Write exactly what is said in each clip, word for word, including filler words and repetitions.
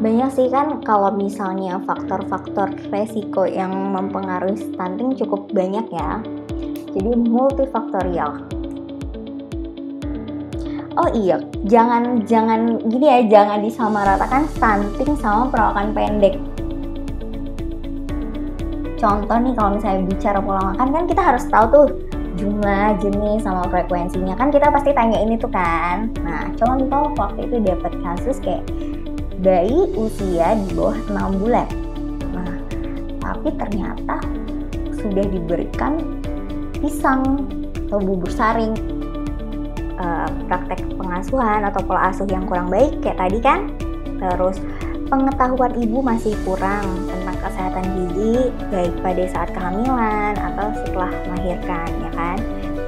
Banyak sih kan, kalau misalnya faktor-faktor resiko yang mempengaruhi stunting cukup banyak ya. Jadi multifaktorial. Oh iya, jangan jangan gini ya, jangan disamaratakan stunting sama perawakan pendek. Contoh nih, kalau misalnya bicara pola makan kan kita harus tahu tuh jumlah, jenis, sama frekuensinya. Kan kita pasti tanya ini tuh kan. Nah, contoh waktu itu dapat kasus kayak bayi usia di bawah enam bulan. Nah, tapi ternyata sudah diberikan pisang atau bubur saring. Uh, praktek pengasuhan atau pola asuh yang kurang baik kayak tadi kan. Terus pengetahuan ibu masih kurang tentang kesehatan gizi baik pada saat kehamilan atau setelah melahirkan, ya kan?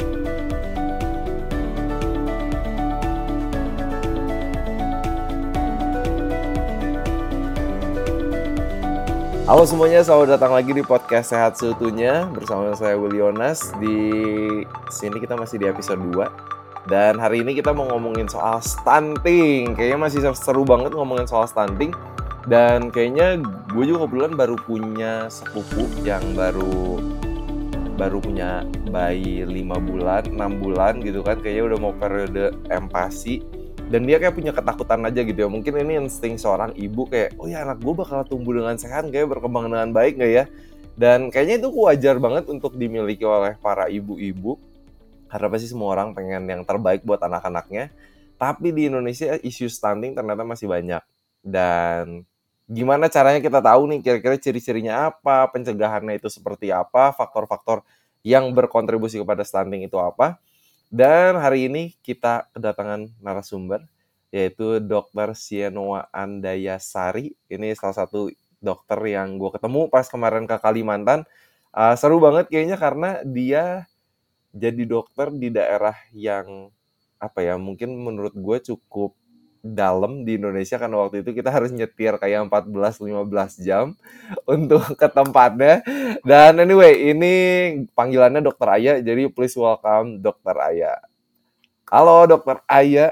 Halo semuanya, selamat datang lagi di podcast Sehat Seutuhnya bersama saya Willy Yonas. Di sini kita masih di episode dua. Dan hari ini kita mau ngomongin soal stunting. Kayaknya masih seru banget ngomongin soal stunting. Dan kayaknya gue juga kebetulan baru punya sepupu yang baru baru punya bayi lima bulan, enam bulan gitu kan. Kayaknya udah mau periode empasi. Dan dia kayak punya ketakutan aja gitu ya. Mungkin ini insting seorang ibu kayak, oh ya anak gue bakal tumbuh dengan sehat, kayak berkembang dengan baik gak ya? Dan kayaknya itu wajar banget untuk dimiliki oleh para ibu-ibu. Karena pasti semua orang pengen yang terbaik buat anak-anaknya. Tapi di Indonesia isu stunting ternyata masih banyak. Dan gimana caranya kita tahu nih kira-kira ciri-cirinya apa, pencegahannya itu seperti apa, faktor-faktor yang berkontribusi kepada stunting itu apa. Dan hari ini kita kedatangan narasumber, yaitu dokter Sienoa Andayasari. Ini salah satu dokter yang gue ketemu pas kemarin ke Kalimantan. Uh, seru banget kayaknya karena dia jadi dokter di daerah yang apa ya, mungkin menurut gue cukup dalam di Indonesia, karena waktu itu kita harus nyetir kayak empat belas lima belas jam untuk ke tempatnya. Dan anyway, ini panggilannya dokter Aya, jadi please welcome dokter Aya. Halo dokter Aya.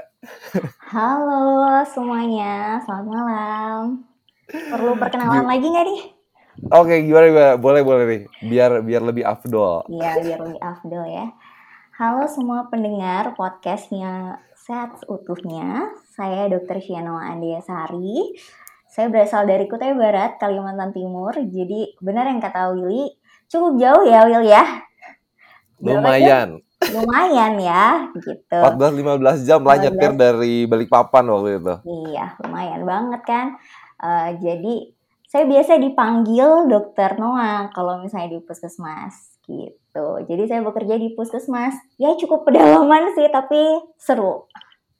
Halo semuanya, selamat malam. Perlu perkenalan G- lagi nggak nih? Oke, gimana, gimana? Boleh, boleh nih. Biar biar lebih afdol. Iya, biar lebih afdol ya. Halo semua pendengar podcastnya Sehat Seutuhnya. Saya dokter Sienoa Andayasari. Saya berasal dari Kutai Barat, Kalimantan Timur. Jadi benar yang kata Willy, cukup jauh ya Will ya? Lumayan. Lumayan ya, gitu. empat belas lima belas jam lah nyetir dari Balikpapan waktu itu. Iya, lumayan banget kan. Uh, jadi saya biasa dipanggil dokter Noah kalau misalnya di puskesmas gitu. Jadi saya bekerja di puskesmas. Ya cukup pedalaman sih, tapi seru.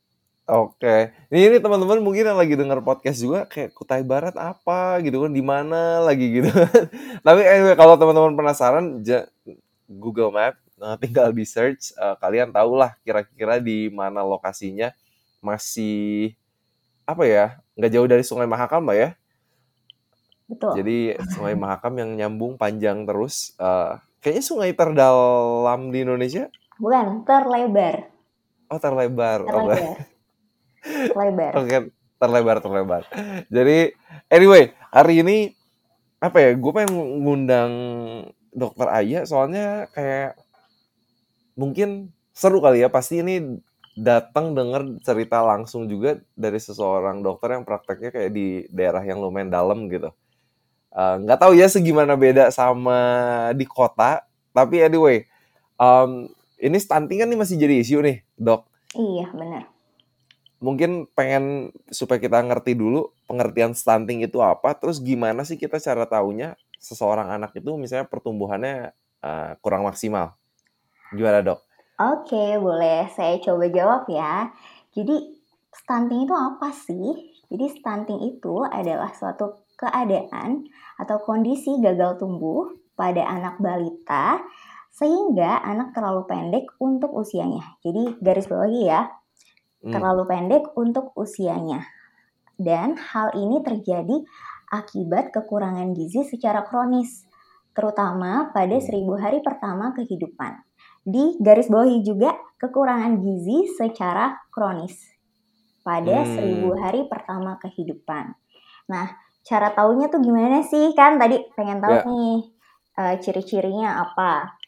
Oke, ini, ini teman-teman mungkin yang lagi dengar podcast juga kayak Kutai Barat apa gitu kan, di mana lagi gitu. Tapi anyway, kalau teman-teman penasaran, ja, Google Map, nah, tinggal di search, uh, kalian tahulah kira-kira di mana lokasinya. Masih apa ya, nggak jauh dari Sungai Mahakam lah ya. Betul. Jadi Sungai Mahakam yang nyambung panjang terus. Uh, kayaknya sungai terdalam di Indonesia. Bukan, terlebar. Oh terlebar. Terlebar. Okay. Terlebar. Oke, okay. terlebar terlebar. Jadi anyway, hari ini apa ya? Gue pengen ngundang dokter Aya soalnya kayak mungkin seru kali ya. Pasti ini datang dengar cerita langsung juga dari seseorang dokter yang prakteknya kayak di daerah yang lumayan dalam gitu. Nggak uh, tahu ya segimana beda sama di kota, tapi anyway, um, ini stunting kan nih masih jadi isu nih dok. Iya benar. Mungkin pengen supaya kita ngerti dulu pengertian stunting itu apa, terus gimana sih kita cara taunya seseorang anak itu misalnya pertumbuhannya uh, kurang maksimal. Gimana dok? Oke, boleh saya coba jawab ya. Jadi stunting itu apa sih? Jadi stunting itu adalah suatu keadaan atau kondisi gagal tumbuh pada anak balita sehingga anak terlalu pendek untuk usianya. Jadi garis bawahi ya, hmm. terlalu pendek untuk usianya. Dan hal ini terjadi akibat kekurangan gizi secara kronis, terutama pada seribu hari pertama kehidupan. Di garis bawahi juga kekurangan gizi secara kronis pada hmm. seribu hari pertama kehidupan. Nah, cara taunya tuh gimana sih? Kan tadi pengen tahu Ya. nih uh, ciri-cirinya apa.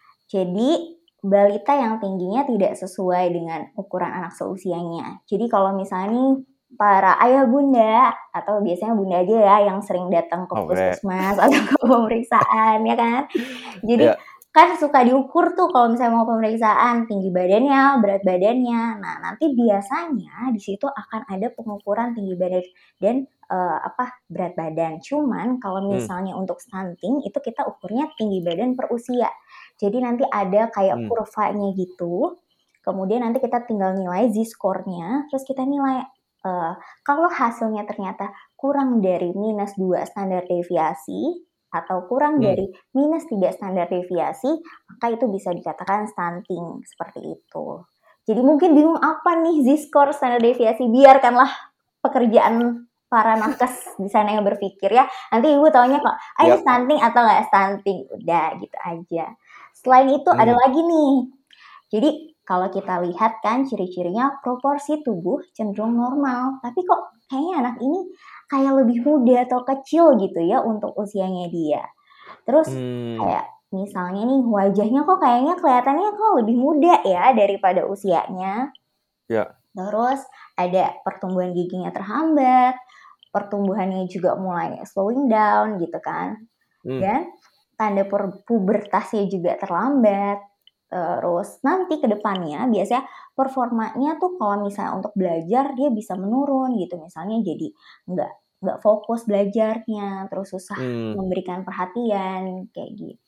Jadi balita yang tingginya tidak sesuai dengan ukuran anak seusianya. Jadi kalau misalnya nih para ayah bunda atau biasanya bunda aja ya yang sering datang ke Oke. puskesmas atau ke pemeriksaan ya kan. Jadi Ya. kan suka diukur tuh kalau misalnya mau pemeriksaan tinggi badannya, berat badannya. Nah, nanti biasanya di situ akan ada pengukuran tinggi badan dan uh, apa berat badan. Cuman kalau misalnya hmm. untuk stunting itu kita ukurnya tinggi badan per usia. Jadi nanti ada kayak Hmm. kurvanya gitu. Kemudian nanti kita tinggal nilai Z-score-nya, terus kita nilai uh, kalau hasilnya ternyata kurang dari minus dua standar deviasi atau kurang hmm. dari minus tiga standar deviasi, maka itu bisa dikatakan stunting, seperti itu. Jadi mungkin bingung apa nih Z-score standar deviasi, biarkanlah pekerjaan para nakes di sana yang berpikir ya. Nanti ibu taunya kok, ah ini stunting atau nggak stunting, udah gitu aja. Selain itu hmm. ada lagi nih, jadi kalau kita lihat kan ciri-cirinya proporsi tubuh cenderung normal, tapi kok kayaknya anak ini kayak lebih muda atau kecil gitu ya untuk usianya dia. Terus hmm. kayak misalnya nih wajahnya kok kayaknya kelihatannya kok lebih muda ya daripada usianya. Ya. Terus ada pertumbuhan giginya terhambat, pertumbuhannya juga mulai slowing down gitu kan. Hmm. Dan tanda pubertasnya juga terlambat. Terus nanti ke depannya biasanya performanya tuh kalau misalnya untuk belajar dia bisa menurun gitu. Misalnya jadi nggak nggak fokus belajarnya, terus susah hmm. memberikan perhatian kayak gitu.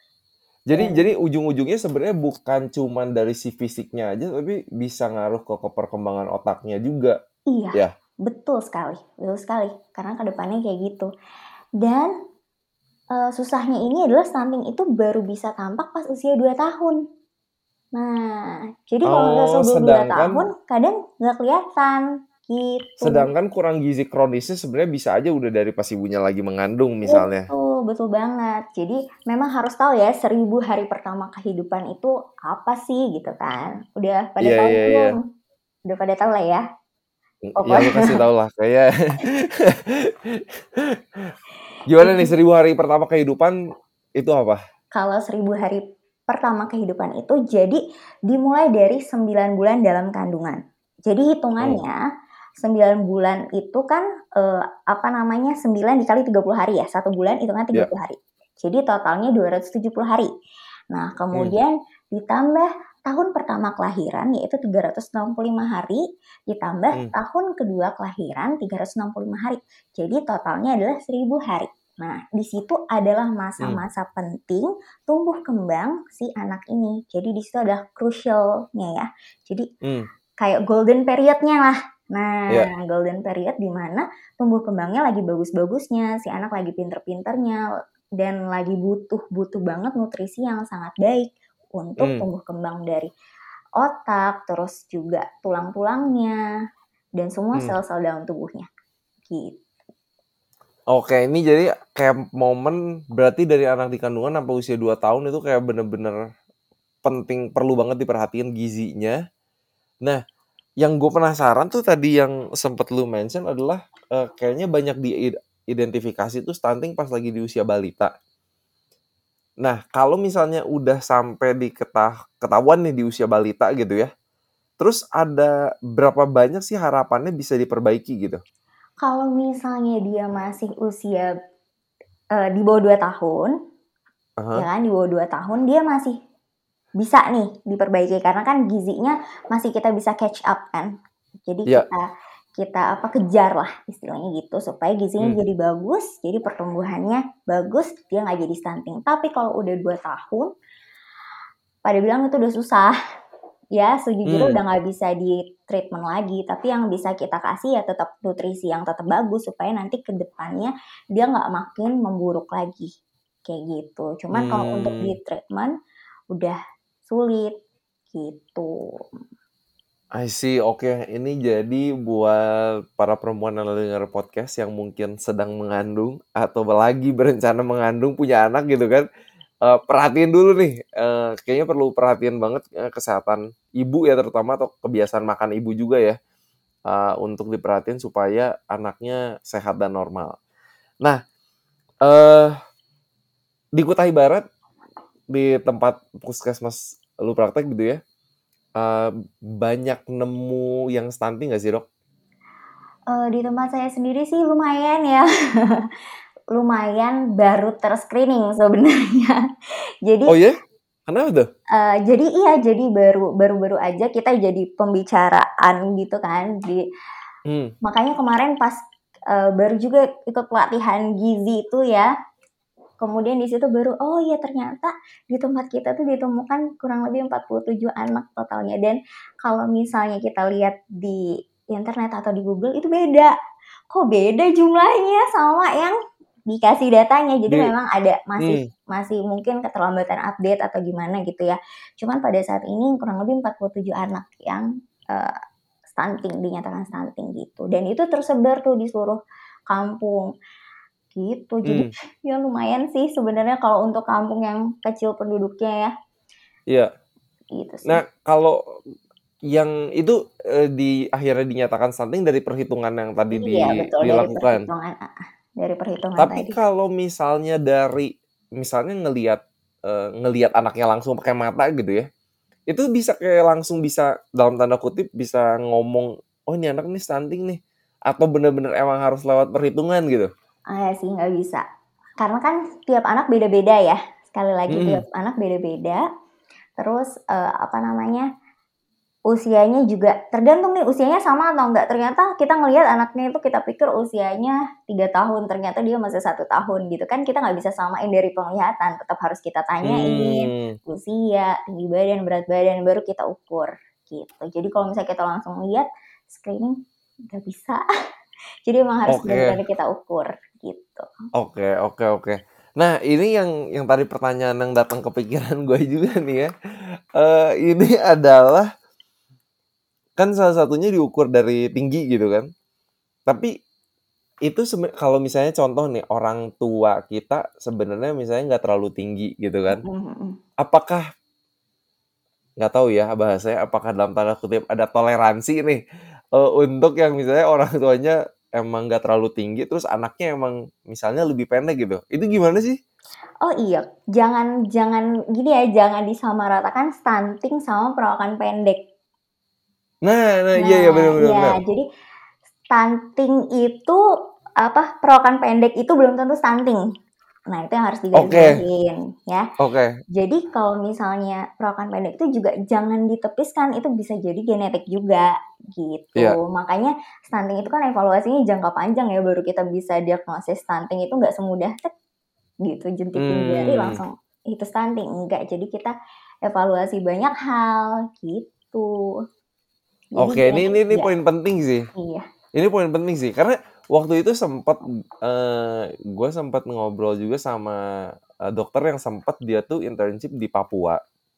Jadi Dan, jadi ujung-ujungnya sebenarnya bukan cuman dari si fisiknya aja, tapi bisa ngaruh ke, ke perkembangan otaknya juga. Iya, ya? betul sekali, betul sekali. Karena ke depannya kayak gitu. Dan Uh, susahnya ini adalah stunting itu baru bisa tampak pas usia dua tahun. Nah, jadi kalau udah Oh, sebelum dua sedangkan tahun, kadang nggak kelihatan gitu. sedangkan kurang gizi kronisnya sebenarnya bisa aja udah dari pas ibunya lagi mengandung misalnya. Betul, betul banget. Jadi memang harus tahu ya seribu hari pertama kehidupan itu apa sih gitu kan. Udah pada Iya, tahu iya, belum? iya. Udah pada tahu lah ya. Ya lu kasih tau lah kayak gimana nih seribu hari pertama kehidupan itu apa? Kalau seribu hari pertama kehidupan itu jadi dimulai dari sembilan bulan dalam kandungan. Jadi hitungannya hmm. sembilan bulan itu kan eh, apa namanya sembilan dikali tiga puluh hari ya. Satu bulan hitungan tiga puluh yeah. hari. Jadi totalnya dua ratus tujuh puluh hari. Nah kemudian hmm. ditambah tahun pertama kelahiran yaitu tiga ratus enam puluh lima hari, ditambah hmm. tahun kedua kelahiran tiga ratus enam puluh lima hari. Jadi totalnya adalah seribu hari. Nah, di situ adalah masa-masa hmm. penting tumbuh kembang si anak ini. Jadi di situ ada crucialnya ya. Jadi hmm. kayak golden periodnya lah. Nah, yeah. golden period di mana tumbuh kembangnya lagi bagus-bagusnya, si anak lagi pinter-pinternya, dan lagi butuh-butuh banget nutrisi yang sangat baik untuk hmm. tumbuh kembang dari otak, terus juga tulang-tulangnya, dan semua hmm. sel-sel dalam tubuhnya. Gitu. Oke, ini jadi kayak momen berarti dari anak di kandungan sampai usia dua tahun itu kayak bener-bener penting, perlu banget diperhatiin gizinya. Nah, yang gue penasaran tuh tadi yang sempet lu mention adalah uh, kayaknya banyak diidentifikasi tuh stunting pas lagi di usia balita. Nah, kalau misalnya udah sampai di ketah, ketahuan nih di usia balita gitu ya, terus ada berapa banyak sih harapannya bisa diperbaiki gitu? Kalau misalnya dia masih usia uh, di bawah dua tahun, uh-huh. ya kan, di bawah dua tahun, dia masih bisa nih diperbaiki. Karena kan gizinya masih kita bisa catch up kan. Jadi yeah. kita kita apa kejar lah istilahnya gitu. Supaya gizinya hmm. jadi bagus, jadi pertumbuhannya bagus, dia gak jadi stunting. Tapi kalau udah dua tahun, pada bilang itu udah susah. Ya sejujurnya hmm. udah gak bisa di treatment lagi, tapi yang bisa kita kasih ya tetap nutrisi yang tetap bagus supaya nanti ke depannya dia gak makin memburuk lagi kayak gitu. Cuman hmm. kalau untuk di treatment udah sulit gitu. I see, oke. Okay. Ini jadi buat para perempuan yang dengar podcast yang mungkin sedang mengandung atau lagi berencana mengandung, punya anak gitu kan. Uh, perhatiin dulu nih, uh, kayaknya perlu perhatian banget uh, kesehatan ibu ya terutama, atau kebiasaan makan ibu juga ya. uh, untuk diperhatiin supaya anaknya sehat dan normal. Nah, uh, di Kutai Barat, di tempat puskesmas lu praktek gitu ya, uh, banyak nemu yang stunting nggak sih, Dok? Uh, di tempat saya sendiri sih lumayan ya. Lumayan baru terscreening sebenarnya. Jadi Oh ya? Kenapa tuh? Uh, jadi iya, jadi baru baru-baru aja kita jadi pembicaraan gitu kan. Di Hmm. Makanya kemarin pas uh, baru juga ikut pelatihan gizi itu ya. Kemudian di situ baru oh ya ternyata di tempat kita tuh ditemukan kurang lebih empat puluh tujuh anak totalnya. Dan kalau misalnya kita lihat di internet atau di Google itu beda. Kok beda jumlahnya sama yang dikasih datanya. Jadi Di, memang ada masih hmm. masih mungkin keterlambatan update atau gimana gitu ya. Cuman pada saat ini kurang lebih empat puluh tujuh anak yang uh, stunting, dinyatakan stunting gitu. Dan itu tersebar tuh di seluruh kampung gitu. Jadi hmm. ya lumayan sih sebenarnya kalau untuk kampung yang kecil penduduknya ya. Iya. Gitu sih. Nah, kalau yang itu eh, di akhirnya dinyatakan stunting dari perhitungan yang tadi iya, di, betul, dilakukan. Dari perhitungan, dari perhitungan Tapi tadi. kalau misalnya dari misalnya ngelihat uh, ngelihat anaknya langsung pakai mata gitu ya, itu bisa kayak langsung bisa dalam tanda kutip bisa ngomong, oh ini anak nih stunting nih, atau bener-bener emang harus lewat perhitungan gitu? Ah sih nggak bisa, karena kan tiap anak beda-beda ya. Sekali lagi Mm-hmm. tiap anak beda-beda. Terus uh, apa namanya? Usianya juga tergantung nih usianya sama atau enggak. Ternyata kita ngelihat anaknya itu kita pikir usianya tiga tahun, ternyata dia masih satu tahun gitu kan. Kita nggak bisa samain dari penglihatan, tetap harus kita tanyain Hmm. usia, tinggi badan, berat badan, baru kita ukur gitu. Jadi kalau misalnya kita langsung lihat screening nggak bisa. Jadi emang harus Oke. benar-benar kita ukur gitu. Oke, oke, oke. Nah, ini yang yang tadi pertanyaan yang datang ke pikiran gue juga nih ya. Uh, ini adalah kan salah satunya diukur dari tinggi gitu kan. Tapi itu sebe- kalau misalnya contoh nih orang tua kita sebenarnya misalnya nggak terlalu tinggi gitu kan. Mm-hmm. Apakah nggak tahu ya bahasanya apakah dalam tanda kutip ada toleransi nih uh, untuk yang misalnya orang tuanya emang nggak terlalu tinggi terus anaknya emang misalnya lebih pendek gitu. Itu gimana sih? Oh iya, jangan jangan gini ya, jangan disamaratakan stunting sama perawakan pendek. Nah, nah, Nah, iya iya benar benar iya, benar. jadi stunting itu apa? Perawakan pendek itu belum tentu stunting. Nah, itu yang harus digarisbawahin ya. Oke. Jadi kalau misalnya perawakan pendek itu juga jangan ditepiskan, itu bisa jadi genetik juga gitu. Iya. Makanya stunting itu kan evaluasinya jangka panjang ya, baru kita bisa diagnosis stunting itu nggak semudah tek gitu jentikin jari Hmm. langsung itu stunting, enggak. Jadi kita evaluasi banyak hal gitu. Jadi Oke, ini ini, ini ya. poin penting sih. Iya. Ini poin penting sih karena waktu itu sempat uh, gue sempat ngobrol juga sama uh, dokter yang sempat dia tuh internship di Papua.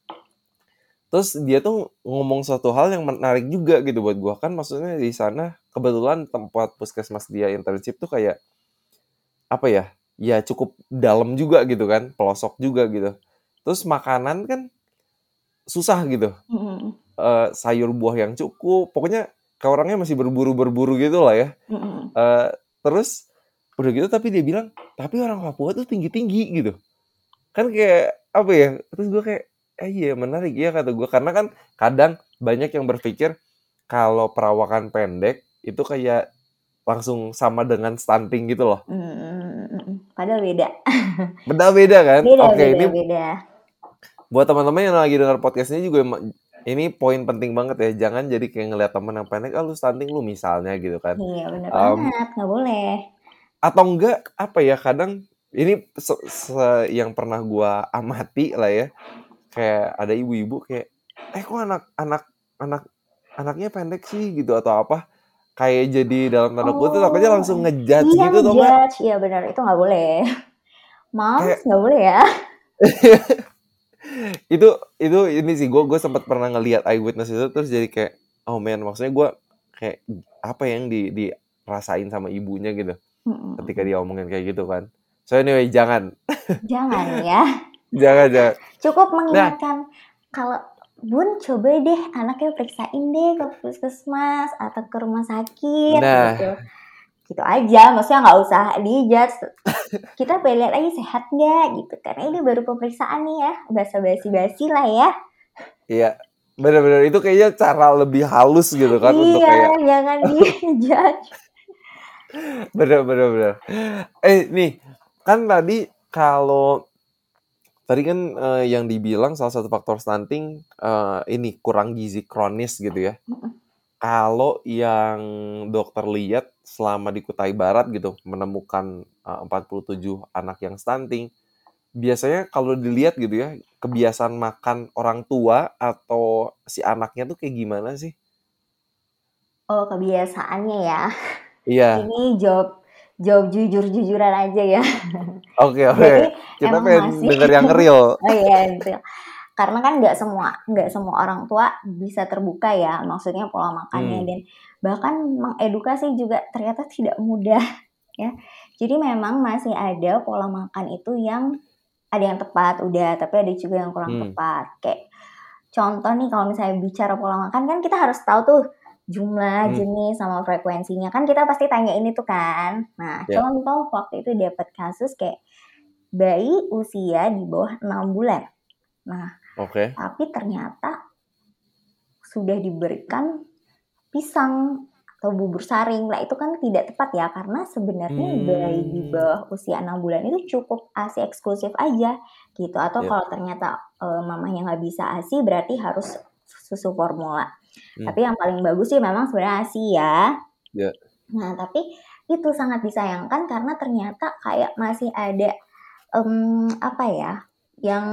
Terus dia tuh ngomong suatu hal yang menarik juga gitu buat gue kan, maksudnya di sana kebetulan tempat puskesmas dia internship tuh kayak apa ya? Ya cukup dalam juga gitu kan, pelosok juga gitu. Terus makanan kan susah gitu. Mm-hmm. Uh, sayur buah yang cukup, pokoknya kayak orangnya masih berburu-berburu gitu lah ya. Mm-hmm. Uh, terus udah gitu tapi dia bilang, tapi orang Papua tuh tinggi-tinggi gitu. Kan kayak apa ya? Terus gue kayak, eh iya menarik ya kata gue. Karena kan kadang banyak yang berpikir kalau perawakan pendek itu kayak langsung sama dengan stunting gitu loh. Mm-hmm. Padahal beda. Beda-beda kan? Beda, Oke, beda, ini beda. Buat teman-teman yang lagi dengar podcast ini juga ini poin penting banget ya. Jangan jadi kayak ngeliat temen yang pendek, ah lu stunting lu misalnya gitu kan. Iya benar Um, banget, nggak boleh. Atau enggak apa ya, kadang ini se- se- yang pernah gua amati lah ya. Kayak ada ibu-ibu kayak, eh kok anak-anak anak anaknya pendek sih gitu atau apa. Kayak jadi dalam tanda kutip Oh, takutnya langsung ngejudge iya, gitu tau nggak? ngejudge. Iya benar, itu nggak boleh. Moms Kayak nggak boleh ya. itu itu ini sih gue gue sempat pernah ngelihat eyewitness itu terus jadi kayak oh man, maksudnya gue kayak apa yang di dirasain sama ibunya gitu Mm-mm. ketika dia omongin kayak gitu kan. So anyway, jangan Jangan ya. jangan jangan Cukup mengingatkan nah, kalau Bun coba deh anaknya periksain deh ke puskesmas atau ke rumah sakit Nah, gitu. Gitu aja, maksudnya nggak usah dijudge. Kita boleh lihat aja sehat nggak gitu. Karena ini baru pemeriksaan nih ya, basa-basi-basi lah ya. iya, benar-benar itu kayaknya cara lebih halus gitu kan untuk Iya, kayak jangan dijudge. bener-bener bener. Eh nih, kan tadi kalau tadi kan eh, yang dibilang salah satu faktor stunting eh, ini kurang gizi kronis gitu ya. Kalau yang dokter lihat selama di Kutai Barat gitu menemukan eh, empat puluh tujuh anak yang stunting, biasanya kalau dilihat gitu ya, kebiasaan makan orang tua atau si anaknya tuh kayak gimana sih? Oh, kebiasaannya ya. Iya, Ini jawab jawab jujur-jujuran aja ya. oke oke. Jadi Kita emang pengen masih denger yang real. oh iya gitu. Karena kan nggak semua nggak semua orang tua bisa terbuka ya, maksudnya pola makannya Hmm, dan bahkan mengedukasi juga ternyata tidak mudah ya. Jadi memang masih ada pola makan itu yang ada yang tepat udah, tapi ada juga yang kurang hmm, tepat. Kayak contoh nih kalau misalnya bicara pola makan kan kita harus tahu tuh jumlah, hmm, jenis, sama frekuensinya. Kan kita pasti tanya ini tuh kan. Nah, ya, contoh waktu itu dapat kasus kayak bayi usia di bawah enam bulan. Nah, oke. tapi ternyata sudah diberikan pisang atau bubur saring. Lah itu kan tidak tepat ya karena sebenarnya bayi di Hmm, bawah usia enam bulan itu cukup ASI eksklusif aja gitu. Atau ya, kalau ternyata e, mamanya nggak bisa ASI berarti harus susu formula. hmm, Tapi yang paling bagus sih memang sebenarnya ASI ya. ya, Nah, tapi itu sangat disayangkan karena ternyata kayak masih ada um, apa ya, yang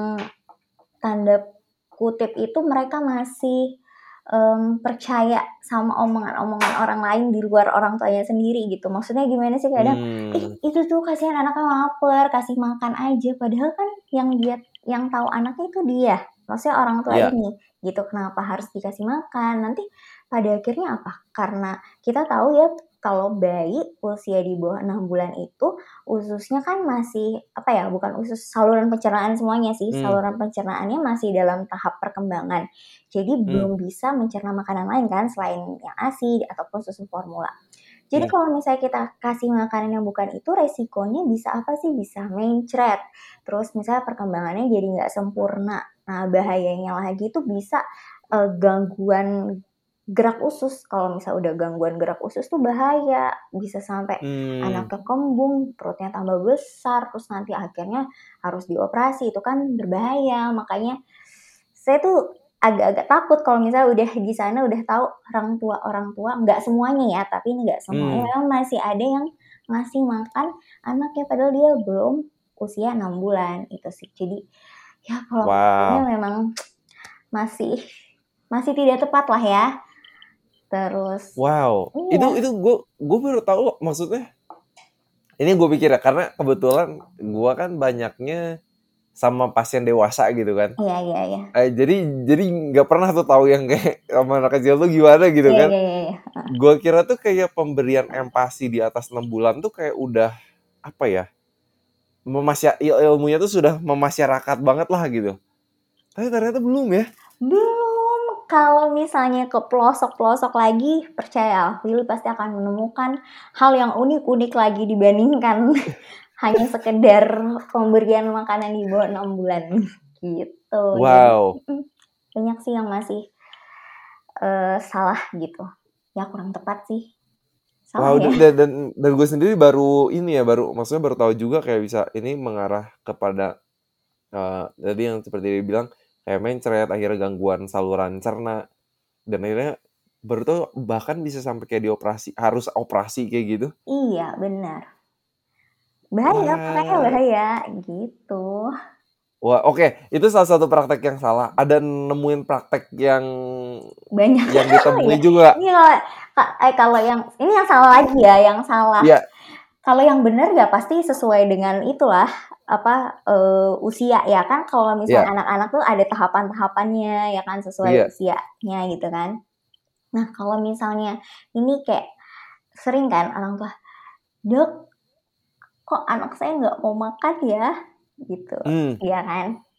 tanda kutip itu mereka masih um, percaya sama omongan-omongan orang lain di luar orang tuanya sendiri gitu. Maksudnya gimana sih kadang, ih hmm, itu tuh kasihan anaknya lapar, kasih makan aja. Padahal kan yang dia yang tahu anaknya itu dia, maksudnya orang tua ya, ini gitu. Kenapa harus dikasih makan? Nanti pada akhirnya apa? Karena kita tahu ya kalau bayi usia di bawah enam bulan itu ususnya kan masih apa ya, bukan usus saluran pencernaan semuanya sih, hmm, saluran pencernaannya masih dalam tahap perkembangan. Jadi hmm, belum bisa mencerna makanan lain kan selain yang ASI ataupun susu formula. Jadi hmm, kalau misalnya kita kasih makanan yang bukan itu, resikonya bisa apa sih? Bisa mencret. Terus misalnya perkembangannya jadi nggak sempurna. Nah bahayanya lagi itu bisa uh, gangguan gerak usus. Kalau misalnya udah gangguan gerak usus tuh bahaya. Bisa sampai hmm. anaknya kembung, perutnya tambah besar, terus nanti akhirnya harus dioperasi. Itu kan berbahaya. Makanya saya tuh agak-agak takut kalau misalnya udah di sana udah tahu orang tua orang tua nggak semuanya ya, tapi ini nggak semuanya Hmm. memang masih ada yang ngasih makan anaknya padahal dia belum usia enam bulan itu sih. Jadi ya pola makannya Wow, memang masih masih tidak tepat lah ya. Terus wow. Itu iya, itu gue gue baru tahu loh, maksudnya. Ini gue pikir ya karena kebetulan gue kan banyaknya sama pasien dewasa gitu kan. iya iya iya. Eh, jadi jadi nggak pernah tuh tahu yang kayak sama anak kecil tuh gimana gitu Iya kan. iya iya. Iya. Gue kira tuh kayak pemberian empati di atas enam bulan tuh kayak udah apa ya? Memasya, il- ilmunya tuh sudah memasyarakat banget lah gitu. Tapi ternyata belum ya. Belum, kalau misalnya ke pelosok-pelosok lagi, percaya Willy pasti akan menemukan hal yang unik-unik lagi dibandingkan hanya sekedar pemberian makanan di bawah enam bulan gitu. Jadi Wow. banyak sih yang masih uh, salah gitu. Ya kurang tepat sih. Salah Wow, ya. dan dan, dan gue sendiri baru ini ya, baru maksudnya baru tahu juga kayak bisa ini mengarah kepada eh tadi yang seperti dia bilang kayak mencret, akhirnya gangguan saluran cerna, dan akhirnya baru tahu bahkan bisa sampai kayak dioperasi, harus operasi kayak gitu. Iya, benar. Bahaya, makanya Wah, bahaya gitu. wah, oke, itu salah satu praktek yang salah. Ada nemuin praktek yang Banyak yang ya. ditemui juga. Ini kalau eh, kalau yang ini yang salah lagi ya, yang salah. Iya, Kalau yang benar ya pasti sesuai dengan itulah apa uh, usia ya kan. Kalau iya, misalnya anak-anak tuh ada tahapan-tahapannya ya kan sesuai iya. usianya gitu kan. Nah kalau misalnya ini kayak sering kan orang tua, dok kok anak saya nggak mau makan ya gitu, Hmm, iya kan.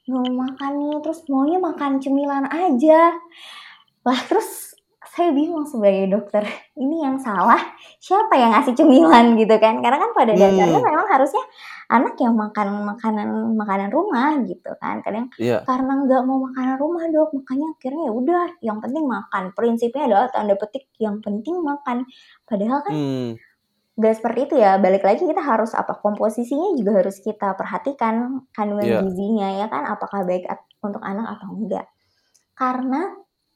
nggak mau makan nih, terus maunya makan cemilan aja. Lah terus saya bingung sebagai dokter, ini yang salah siapa yang ngasih cemilan gitu kan? Karena kan pada dasarnya Hmm, memang harusnya anak yang makan makanan makanan rumah gitu kan. Kadang iya. karena nggak mau makanan rumah dok, makanya akhirnya ya udah yang penting makan. Prinsipnya adalah tanda petik yang penting makan. Padahal kan Hmm, nggak seperti itu ya. Balik lagi kita harus apa? Komposisinya juga harus kita perhatikan kandungan iya. gizinya ya kan. Apakah baik at- untuk anak atau enggak? Karena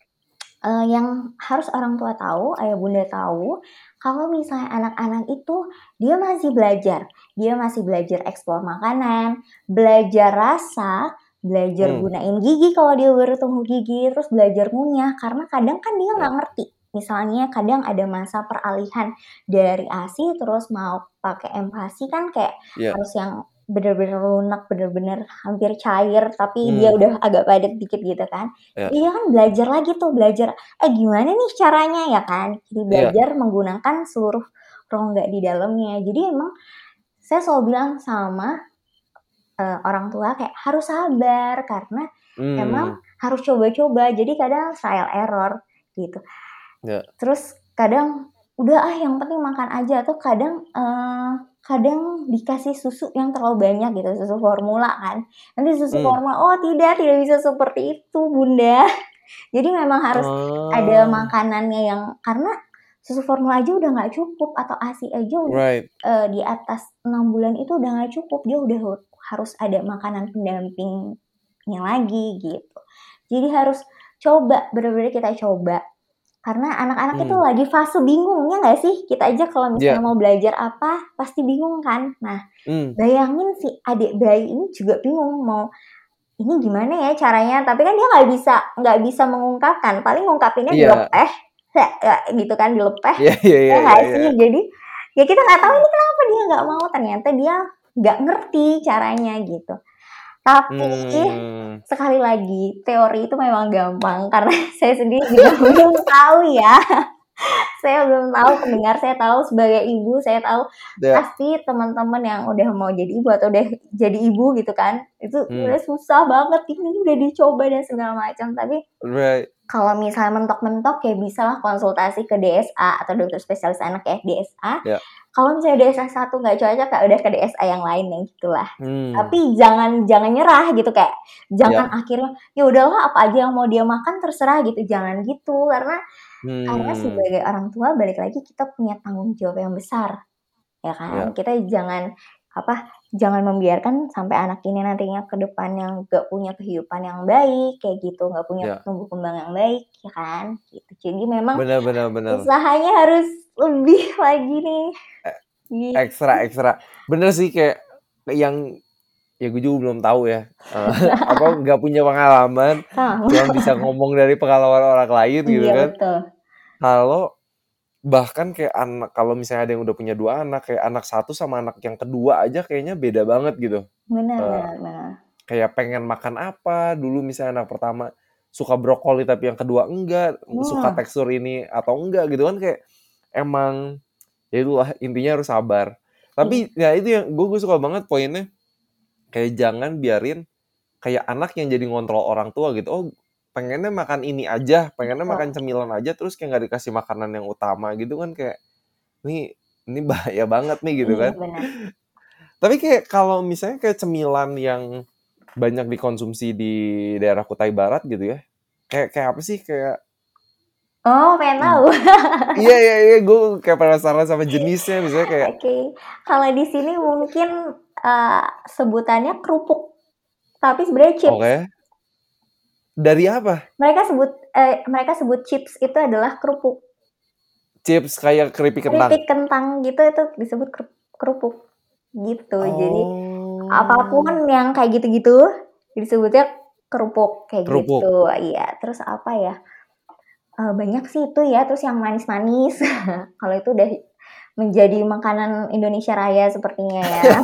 uh, yang harus orang tua tahu, ayah bunda tahu, kalau misalnya anak-anak itu dia masih belajar, dia masih belajar eksplor makanan, belajar rasa, belajar Hmm, gunain gigi kalau dia baru tumbuh gigi, terus belajar ngunyah, karena kadang kan dia iya. nggak ngerti. Misalnya kadang ada masa peralihan dari ASI terus mau pakai empasi kan kayak Iya. harus yang bener-bener lunak, bener-bener hampir cair, tapi dia Hmm, udah agak padat dikit gitu kan. iya. Jadi dia kan belajar lagi tuh, belajar, eh gimana nih caranya ya kan? Jadi Iya. belajar menggunakan seluruh rongga di dalamnya. Jadi emang saya selalu bilang sama uh, orang tua kayak harus sabar karena Hmm, emang harus coba-coba. Jadi kadang trial error gitu. iya. Terus kadang udah ah yang penting makan aja tuh kadang uh, kadang dikasih susu yang terlalu banyak gitu, susu formula kan. Nanti susu Hmm. formula, oh tidak, tidak bisa seperti itu bunda. Jadi memang harus ada Ah, makanannya yang karena susu formula aja udah nggak cukup atau ASI aja right. uh, di atas enam bulan itu udah nggak cukup, dia udah harus ada makanan pendampingnya lagi gitu. Jadi harus coba, bener-bener kita coba. Karena anak-anak itu Hmm, lagi fase bingungnya nggak sih? Kita aja kalau iya. misalnya mau belajar apa, pasti bingung kan? Nah, Hmm, bayangin si adik bayi ini juga bingung mau ini gimana ya caranya, tapi kan dia nggak bisa nggak bisa mengungkapkan, paling ngungkapinnya iya. dilepeh ya, gitu kan, dilepeh Iya, iya, ya iya, iya, nggak iya. sih. Jadi ya kita nggak tahu ini kenapa dia nggak mau, ternyata dia nggak ngerti caranya gitu. Tapi Hmm, sekali lagi teori itu memang gampang karena saya sendiri juga belum tahu ya. Saya belum tahu, pendengar saya tahu, sebagai ibu saya tahu iya. pasti teman-teman yang udah mau jadi ibu atau udah jadi ibu gitu kan, itu Hmm, udah susah banget, ini udah dicoba dan segala macam. Tapi right. kalau misalnya mentok-mentok ya bisalah konsultasi ke D S A atau dokter spesialis anak ya, D S A. Ya. Kalau misalnya D S A satu nggak cocok ya udah ke D S A yang lain yang gitulah. Hmm, Tapi jangan jangan nyerah gitu, kayak jangan ya. akhirnya ya udahlah apa aja yang mau dia makan terserah gitu, jangan gitu. Karena karena Hmm, sebagai orang tua balik lagi kita punya tanggung jawab yang besar, ya kan? ya. Kita jangan apa jangan membiarkan sampai anak ini nantinya ke depan yang gak punya kehidupan yang baik kayak gitu, gak punya Ya. tumbuh kembang yang baik, ya kan? Gitu. Jadi memang Benar, benar, benar. usahanya harus lebih lagi nih. E- Gitu. Ekstra, ekstra. Bener sih kayak yang ya gue juga belum tahu ya. Eh, apa nggak punya pengalaman, Sama. cuma bisa ngomong dari pengalaman orang lain gitu Iya kan. betul. Kalau bahkan kayak anak kalau misalnya ada yang udah punya dua anak, kayak anak satu sama anak yang kedua aja kayaknya beda banget gitu. Benar Eh, benar benar. kayak pengen makan apa dulu, misalnya anak pertama suka brokoli tapi yang kedua enggak, suka Hmm. tekstur ini atau enggak gitu kan, kayak emang ya itulah intinya harus sabar. Tapi ya itu yang gue, gue suka banget poinnya, kayak jangan biarin kayak anak yang jadi ngontrol orang tua gitu. Oh pengennya makan ini aja, pengennya Betul. makan cemilan aja, terus kayak nggak dikasih makanan yang utama gitu kan, kayak ini ini bahaya banget nih gitu Iya kan. benar. Tapi kayak kalau misalnya kayak cemilan yang banyak dikonsumsi di daerah Kutai Barat gitu ya, kayak kayak apa sih, kayak Oh, pengen tahu. iya iya iya gue kayak penasaran sama jenisnya, misalnya kayak Oke. Okay. Kalau di sini mungkin uh, sebutannya kerupuk, tapi sebenarnya oke chips. okay. Dari apa? Mereka sebut eh, mereka sebut chips itu adalah kerupuk. Chips kayak keripik kentang. Keripik kentang gitu itu disebut kerupuk gitu. Jadi Oh. apapun yang kayak gitu-gitu disebutnya kerupuk kayak Kerupuk. gitu. Iya. Terus apa ya? Uh, banyak sih itu ya. Terus yang manis-manis. Kalau itu udah menjadi makanan Indonesia Raya sepertinya ya.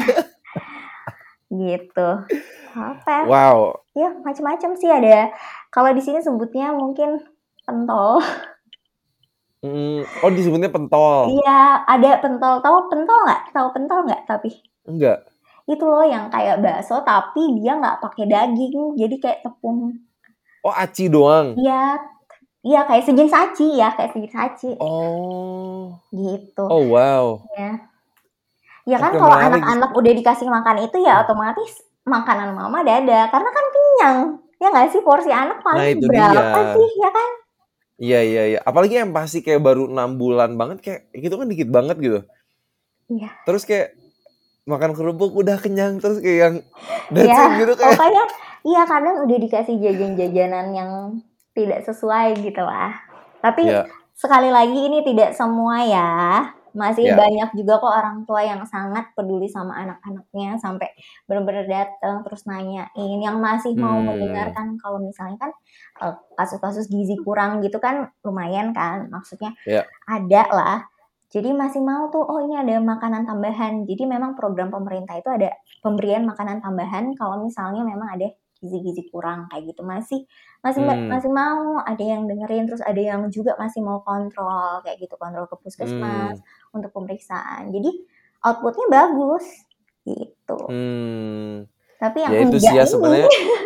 Gitu. Apa? Wow. Ya macam-macam sih ada. Kalau di sini sebutnya mungkin pentol. Mm, oh disebutnya pentol. Iya, ada pentol. Tahu pentol nggak? Tahu pentol nggak? Tapi Enggak. itu loh yang kayak bakso tapi dia nggak pakai daging, jadi kayak tepung. Oh, aci doang. Iya, iya kayak sejenis aci ya, kayak sejenis aci. Oh. Gitu. Oh, wow. Ya. Ya kan Oke, kalau menarik. anak-anak udah dikasih makan itu ya otomatis makanan mama dada karena kan kenyang. Ya nggak sih, porsi anak Nah, paling itu berapa dia. sih, ya kan? Iya, iya, iya. Apalagi yang pasti kayak baru enam bulan banget, kayak gitu kan dikit banget gitu. Iya. Terus kayak makan kerupuk udah kenyang, terus kayak yang that's Ya, it gitu kayak. pokoknya iya kadang udah dikasih jajan-jajanan yang tidak sesuai gitu lah. Tapi Ya, sekali lagi ini tidak semua ya. Masih Ya. banyak juga kok orang tua yang sangat peduli sama anak-anaknya sampai benar-benar datang terus nanyain, yang masih mau Hmm. mendengarkan kalau misalnya kan eh, kasus-kasus gizi kurang gitu kan lumayan kan, maksudnya Ya. ada lah. Jadi masih mau tuh, oh ini ada makanan tambahan. Jadi memang program pemerintah itu ada pemberian makanan tambahan kalau misalnya memang ada gizi-gizi kurang kayak gitu. Masih masih Hmm. masih mau, ada yang dengerin, terus ada yang juga masih mau kontrol kayak gitu, kontrol ke puskesmas Hmm. untuk pemeriksaan. Jadi outputnya bagus gitu. Hmm. Tapi yang Ya itu enggak sih ya ini sebenarnya.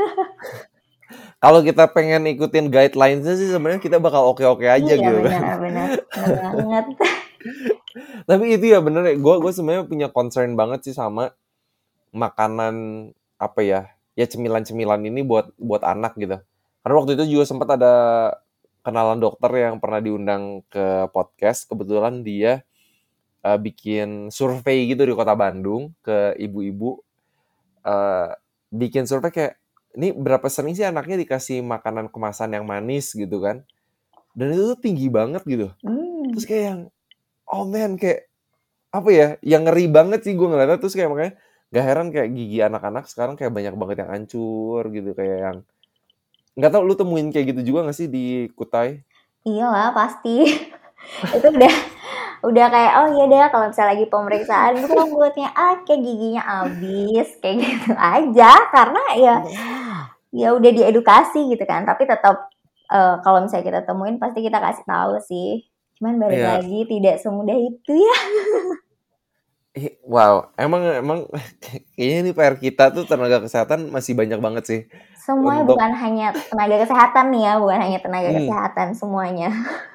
Kalau kita pengen ikutin guidelines-nya sih sebenarnya kita bakal oke-oke aja iya gitu kan. benar benar benar banget. Tapi itu ya bener ya, gue gue sebenarnya punya concern banget sih sama makanan apa ya, ya cemilan-cemilan ini buat buat anak gitu. Karena waktu itu juga sempat ada kenalan dokter yang pernah diundang ke podcast, kebetulan dia uh, bikin survei gitu di kota Bandung ke ibu-ibu, uh, bikin survei kayak ini berapa sering sih anaknya dikasih makanan kemasan yang manis gitu kan, dan itu tuh tinggi banget gitu. Hmm. Terus kayak yang oh man, kayak apa ya, yang ngeri banget sih gue ngeliatnya. Terus kayak makanya gak heran kayak gigi anak-anak sekarang kayak banyak banget yang hancur gitu, kayak yang nggak tahu lu temuin kayak gitu juga nggak sih di Kutai? Iyalah pasti. Itu udah udah kayak oh iya deh kalau misalnya lagi pemeriksaan itu kan mulutnya ah kayak giginya habis kayak gitu aja karena ya ya udah diedukasi gitu kan, tapi tetap uh, kalau misalnya kita temuin pasti kita kasih tahu sih, cuman balik Iya. lagi tidak semudah itu ya. Wow, emang emang kayaknya ini P R kita tuh tenaga kesehatan masih banyak banget sih. Semuanya Untuk bukan hanya tenaga kesehatan nih ya, bukan hanya tenaga Hmm. kesehatan semuanya.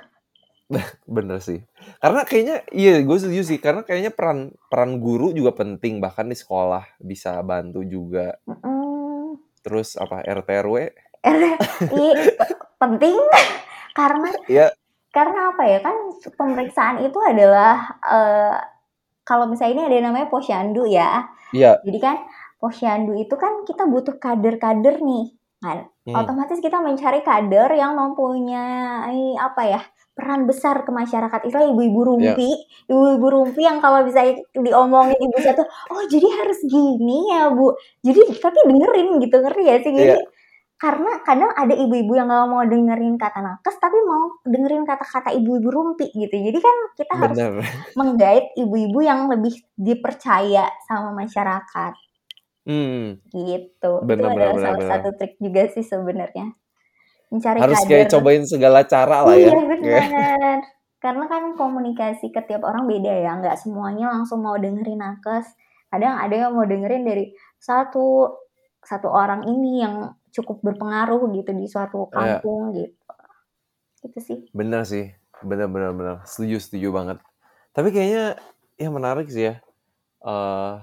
Bener sih. Karena kayaknya iya gue setuju sih, karena kayaknya peran peran guru juga penting, bahkan di sekolah bisa bantu juga. Mm-mm. Terus apa R T R W? Iya penting karena Iya. karena apa ya kan pemeriksaan itu adalah uh, kalau misalnya ini ada yang namanya posyandu ya. Iya. Jadi kan posyandu itu kan kita butuh kader-kader nih kan. Hmm. Otomatis kita mencari kader yang mempunyai apa ya peran besar ke masyarakat. Itu ibu-ibu rumpi, yeah. ibu-ibu rumpi yang kalau bisa diomongin ibu satu, oh jadi harus gini ya Bu. Jadi tapi dengerin gitu, ngerti ya sih. Jadi yeah. Karena kadang ada ibu-ibu yang gak mau dengerin kata nakes, tapi mau dengerin kata-kata ibu-ibu rumpi gitu. Jadi kan kita Bener. harus menggait ibu-ibu yang lebih dipercaya sama masyarakat. Hmm. Gitu. Bener, Itu bener, adalah bener, salah bener. satu trik juga sih sebenarnya. Mencari harus kader. kayak cobain segala cara lah ya. Iya benar. Karena kan komunikasi ke tiap orang beda ya. Nggak semuanya langsung mau dengerin nakes. Kadang ada yang mau dengerin dari satu satu orang ini yang cukup berpengaruh gitu di suatu kampung yeah. gitu. Gitu sih. Bener sih. Bener, bener, bener. Setuju, setuju banget. Tapi kayaknya ya menarik sih ya. Uh,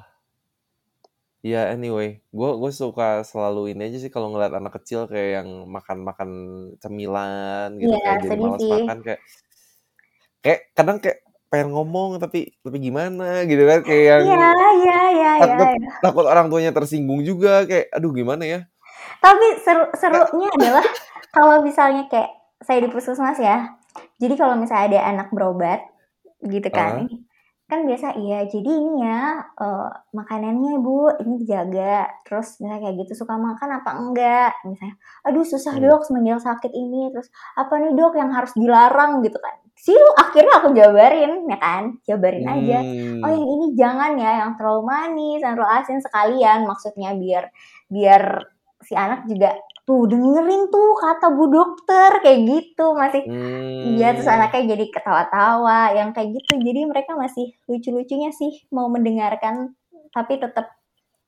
ya anyway, gue gue suka selalu ini aja sih kalau ngeliat anak kecil kayak yang makan-makan cemilan gitu, yeah, kayak jadi malas sih. makan, kayak kayak kadang kayak pengen ngomong tapi tapi gimana gitu kan, kayak yang yeah, yeah, yeah, takut yeah. takut orang tuanya tersinggung juga, kayak aduh gimana ya. Tapi seru serunya adalah kalau misalnya kayak saya di puskesmas ya, jadi kalau misalnya ada anak berobat gitu kan, uh. kan biasa iya jadi ini ya uh, makanannya Bu ini dijaga, terus misalnya kayak gitu suka makan apa enggak, misalnya aduh susah hmm. dok semenjak sakit ini, terus apa nih dok yang harus dilarang gitu kan, sih akhirnya aku jabarin ya kan, jabarin hmm. aja, oh yang ini jangan ya yang terlalu manis, yang terlalu asin, sekalian maksudnya biar biar si anak juga tuh dengerin tuh kata Bu Dokter kayak gitu, masih iya hmm. terus anaknya jadi ketawa-tawa yang kayak gitu, jadi mereka masih lucu-lucunya sih mau mendengarkan tapi tetap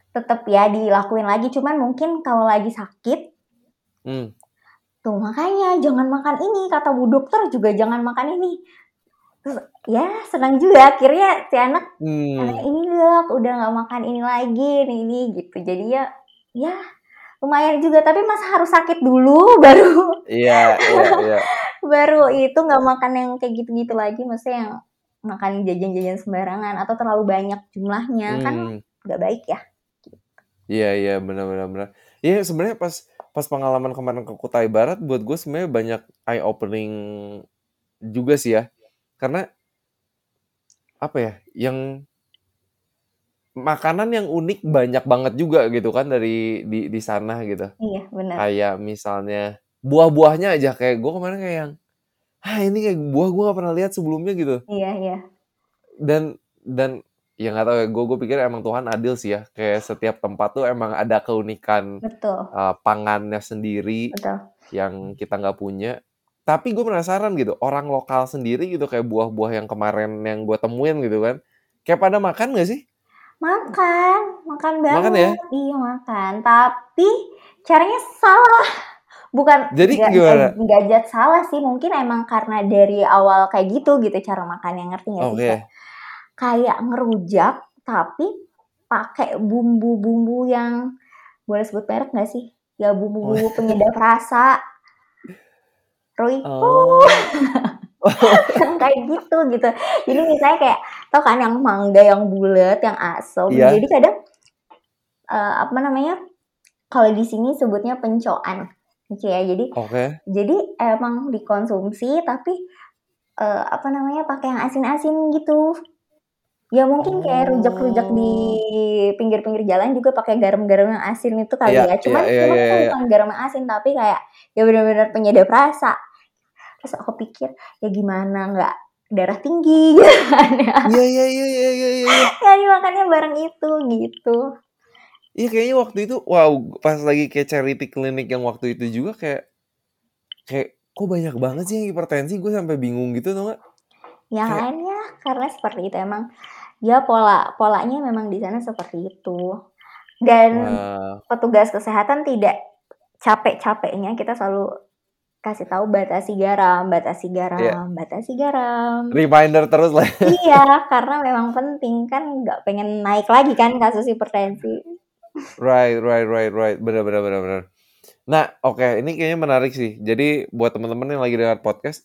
tetap ya dilakuin lagi. Cuman mungkin kalau lagi sakit, Hmm. tuh makanya jangan makan ini, kata bu dokter juga jangan makan ini. Terus ya senang juga akhirnya si anak, anak Hmm. ini dok udah nggak makan ini lagi, ini, ini gitu. Jadi ya, ya lumayan juga. Tapi masa harus sakit dulu baru, Iya, iya, iya. baru itu nggak makan yang kayak gitu-gitu lagi. Maksudnya yang makan jajan-jajan sembarangan atau terlalu banyak jumlahnya kan Hmm. nggak baik ya. Iya, iya, benar-benar benar. Iya, sebenarnya pas pas pengalaman kemarin ke Kutai Barat buat gue sebenarnya banyak eye opening juga sih ya. Karena apa ya, yang makanan yang unik banyak banget juga gitu kan dari di di sana gitu. Iya benar. Kayak misalnya buah-buahnya aja kayak gue kemarin kayak yang, ah ini kayak buah gue gak pernah lihat sebelumnya gitu. Iya iya. Dan dan ya nggak tahu ya, gue gue pikir emang Tuhan adil sih ya. Kayak setiap tempat tuh emang ada keunikan Betul. uh, pangannya sendiri Betul. yang kita nggak punya. Tapi gue penasaran gitu, orang lokal sendiri gitu kayak buah-buah yang kemarin yang gue temuin gitu kan, kayak pada makan nggak sih? Makan, makan Makan ya? banget. Iya makan. Tapi caranya salah. Bukan Jadi nggak nggak gimana? nggak jat salah sih. Mungkin emang karena dari awal kayak gitu gitu cara makannya, ngerti nggak sih? Kayak Oke. kayak ngerujak tapi pakai bumbu-bumbu yang boleh sebut merek nggak sih? Ya bumbu-bumbu penyedap rasa. Royco Oh. yang kayak gitu gitu. Jadi misalnya kayak tau kan yang mangga yang bulat, yang asem. Jadi Iya. kadang uh, apa namanya? Kalau di sini sebutnya pencoan, gitu ya. Jadi Oke. jadi emang dikonsumsi tapi uh, apa namanya pakai yang asin-asin gitu. Ya mungkin kayak rujak-rujak di Oh. pinggir-pinggir jalan juga pakai garam-garam yang asin itu kali Iya, ya. iya, Cuman iya, cuman iya, itu iya. bukan garam yang asin tapi kayak ya benar-benar penyedap rasa. Terus aku pikir ya gimana nggak darah tinggi gitu kan ya. Iya, iya, iya, iya, iya, iya. Jadi makannya bareng itu gitu. Iya kayaknya waktu itu, wow, pas lagi kayak charity clinic yang waktu itu juga kayak, kayak kok banyak banget sih yang hipertensi, gue sampai bingung gitu tau gak? Ya Kayak, kan ya, karena seperti itu emang ya pola polanya memang di sana seperti itu. Dan wah, petugas kesehatan tidak capek-capeknya kita selalu kasih tahu batasi garam, batasi ya garam, batasi garam. reminder terus lah. Iya, karena memang penting kan nggak pengen naik lagi kan kasus hipertensi. Right, right, right, right, benar, benar, benar, benar. Nah, oke, okay. Ini kayaknya menarik sih. Jadi buat teman-teman yang lagi dengar podcast,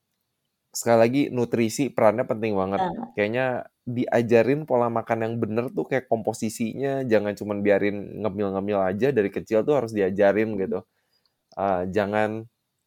sekali lagi nutrisi perannya penting banget. Banget. Kayaknya diajarin pola makan yang bener tuh kayak komposisinya, jangan cuma biarin ngemil-ngemil aja dari kecil tuh harus diajarin gitu. Uh, jangan,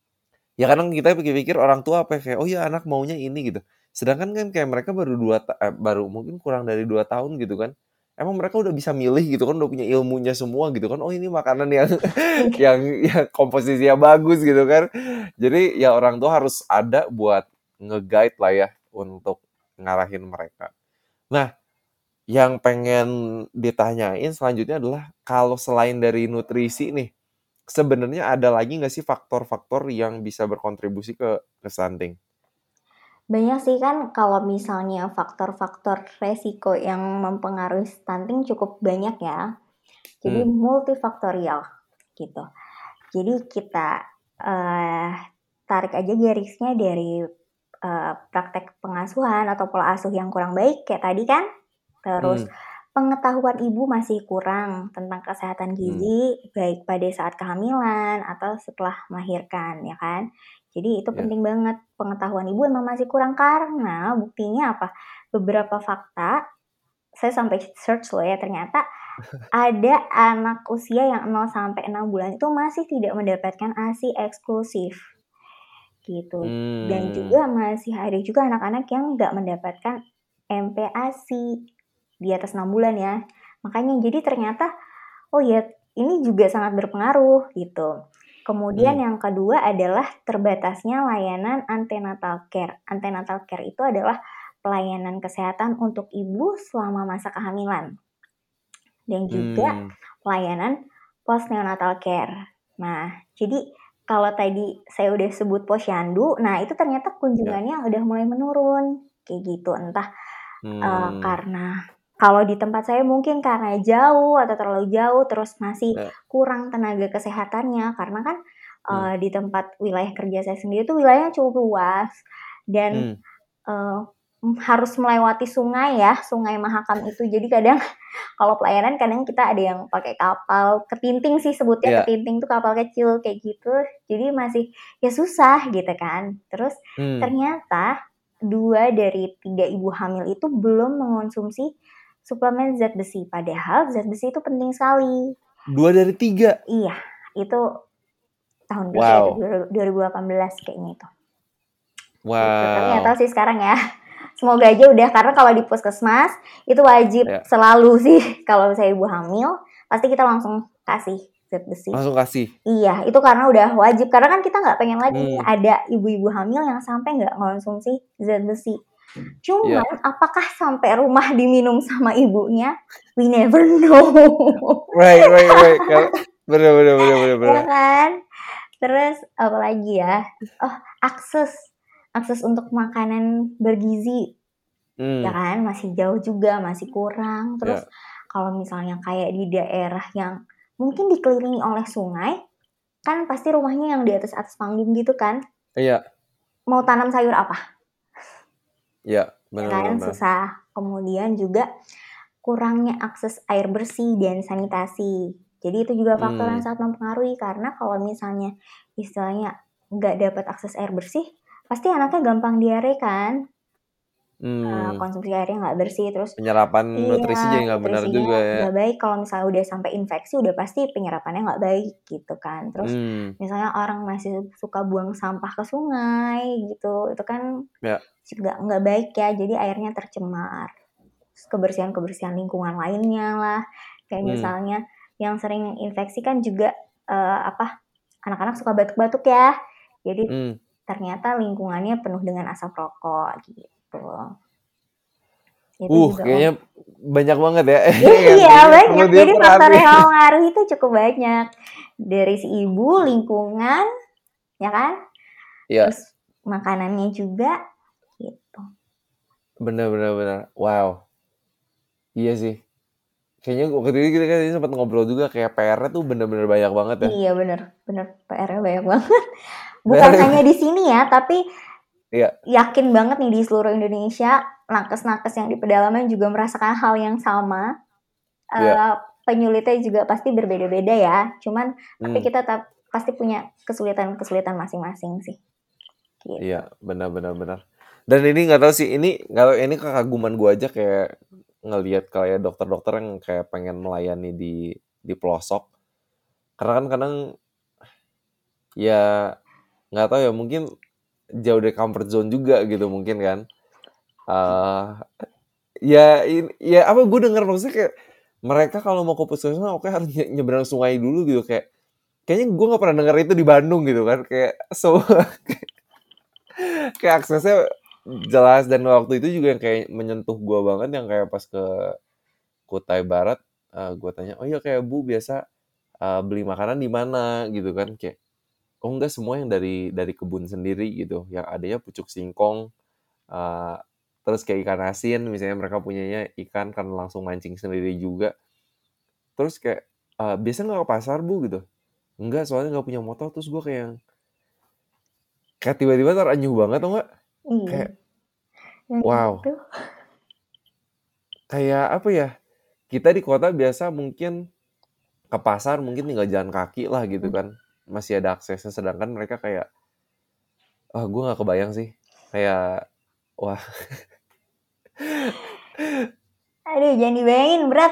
ya kadang kita pikir-pikir orang tua apa kayak, oh ya anak maunya ini gitu. Sedangkan kan kayak mereka baru dua, ta- eh, baru mungkin kurang dari dua tahun gitu kan. Emang mereka udah bisa milih gitu kan, udah punya ilmunya semua gitu kan. Oh ini makanan yang yang yang komposisinya bagus gitu kan. Jadi ya orang tua harus ada buat nge-guide lah ya untuk ngarahin mereka. Nah, yang pengen ditanyain selanjutnya adalah kalau selain dari nutrisi nih, sebenarnya ada lagi nggak sih faktor-faktor yang bisa berkontribusi ke ke stunting? Banyak sih kan kalau misalnya faktor-faktor resiko yang mempengaruhi stunting cukup banyak ya. Jadi Hmm. multifaktorial gitu. Jadi kita uh, tarik aja garisnya dari uh, praktek pengasuhan atau pola asuh yang kurang baik kayak tadi kan. Terus Hmm. pengetahuan ibu masih kurang tentang kesehatan gizi hmm. baik pada saat kehamilan atau setelah melahirkan ya kan. Jadi itu Ya. penting banget, pengetahuan ibu emang masih kurang karena buktinya apa? Beberapa fakta saya sampai search loh ya, ternyata ada anak usia yang nol sampai enam bulan itu masih tidak mendapatkan A S I eksklusif gitu. Hmm. Dan juga masih ada juga anak-anak yang nggak mendapatkan M P A S I di atas enam bulan ya. Makanya jadi ternyata oh ya ini juga sangat berpengaruh gitu. Kemudian hmm. yang kedua adalah terbatasnya layanan antenatal care. Antenatal care itu adalah pelayanan kesehatan untuk ibu selama masa kehamilan. Dan juga hmm. pelayanan postnatal care. Nah, jadi kalau tadi saya udah sebut posyandu, nah itu ternyata kunjungannya ya. udah mulai menurun. Kayak gitu, entah hmm. uh, karena kalau di tempat saya mungkin karena jauh atau terlalu jauh, terus masih Ya. kurang tenaga kesehatannya, karena kan Hmm. uh, di tempat wilayah kerja saya sendiri tuh wilayahnya cukup luas dan Hmm. uh, harus melewati sungai ya, Sungai Mahakam itu. Jadi kadang kalau pelayanan kadang kita ada yang pakai kapal ketinting sih sebutnya, Ya. ketinting tuh kapal kecil kayak gitu. Jadi masih ya susah gitu kan. Terus Hmm. ternyata dua dari tiga ibu hamil itu belum mengonsumsi suplemen zat besi. Padahal zat besi itu penting sekali. Dua dari tiga? Iya, itu tahun berapa Wow. itu? dua ribu delapan belas kayaknya itu. Wow. Gitu. Tapi nggak tahu sih sekarang ya. Semoga aja udah, karena kalau di puskesmas itu wajib Ya. selalu sih. Kalau saya ibu hamil, pasti kita langsung kasih zat besi. Langsung kasih? Iya, itu karena udah wajib. Karena kan kita nggak pengen lagi Hmm. ada ibu-ibu hamil yang sampai nggak konsumsi zat besi. Cuman Ya. apakah sampai rumah diminum sama ibunya? We never know. Right, right, right. Bener, bener, bener, bener, bener. Ya kan? Terus apa lagi ya? Oh, akses. Akses untuk makanan bergizi. Hmm. Ya kan? Masih jauh juga, masih kurang. Terus Ya. kalau misalnya kayak di daerah yang mungkin dikelilingi oleh sungai, kan pasti rumahnya yang di atas-atas panggung gitu kan? Iya. Mau tanam sayur apa? Ya, Ya benar, kan? benar. Susah. Kemudian juga kurangnya akses air bersih dan sanitasi. Jadi itu juga faktor yang Hmm. sangat mempengaruhi, karena kalau misalnya istilahnya nggak dapat akses air bersih, pasti anaknya gampang diare kan? Hmm. Uh, konsumsi airnya nggak bersih, terus penyerapan iya, nutrisi jadi nggak benar nutrisinya juga ya. nggak baik. Kalau misalnya udah sampai infeksi, udah pasti penyerapannya nggak baik gitu kan. Terus Hmm. misalnya orang masih suka buang sampah ke sungai gitu, itu kan Ya. juga nggak baik ya. Jadi airnya tercemar. Terus kebersihan-kebersihan lingkungan lainnya lah, kayak Hmm. misalnya yang sering infeksi kan juga uh, apa anak-anak suka batuk-batuk ya. Jadi Hmm. ternyata lingkungannya penuh dengan asap rokok gitu. Itu Uh, juga kayaknya banyak banget ya. iya banyak. Jadi faktor diperhatiin. yang mempengaruhi itu cukup banyak. Dari si ibu, lingkungan, ya kan? Iya. Terus makanannya juga, gitu. Bener, bener, bener. Wow. Iya sih. Kayaknya waktu itu kita kan sempat ngobrol juga, kayak P R-nya tuh bener-bener banyak banget ya. Iya bener, bener P R-nya banyak banget. Bukan hanya di sini ya, tapi iya. Yakin banget nih di seluruh Indonesia, nakes-nakes yang di pedalaman juga merasakan hal yang sama. Iya. Uh, penyulitnya juga pasti berbeda-beda ya. Cuman Hmm. tapi kita tetap pasti punya kesulitan-kesulitan masing-masing sih. Gitu. Iya, benar-benar benar. Dan ini nggak tahu sih, ini nggak tahu, ini kekaguman gue aja kayak ngelihat kayak dokter-dokter yang kayak pengen melayani di di pelosok. Karena kan kadang ya nggak tahu ya, mungkin jauh dari comfort zone juga gitu mungkin kan. Uh, ya in, ya apa gue dengar maksudnya kayak mereka kalau mau ke puskesmas oke harus nye- nyebrang sungai dulu gitu, kayak kayaknya gue nggak pernah dengar itu di Bandung gitu kan, kayak so kayak aksesnya jelas. Dan waktu itu juga yang kayak menyentuh gue banget yang kayak pas ke Kutai Barat, uh, gue tanya, oh iya kayak Bu biasa uh, beli makanan di mana gitu kan, kayak oh enggak, semua yang dari dari kebun sendiri gitu, yang adanya pucuk singkong, uh, terus kayak ikan asin misalnya, mereka punyanya ikan kan langsung mancing sendiri juga. Terus kayak uh, biasa nggak ke pasar Bu gitu? Enggak, soalnya nggak punya motor. Terus gue kayak yang kayak tiba-tiba terenyuh banget tuh nggak? Iya. Kayak yang wow. Gitu. Kayak apa ya? Kita di kota biasa mungkin ke pasar mungkin tinggal jalan kaki lah gitu kan, masih ada aksesnya. Sedangkan mereka kayak, ah gue nggak kebayang sih, kayak wah. Aduh, jangan dibayangin, berat.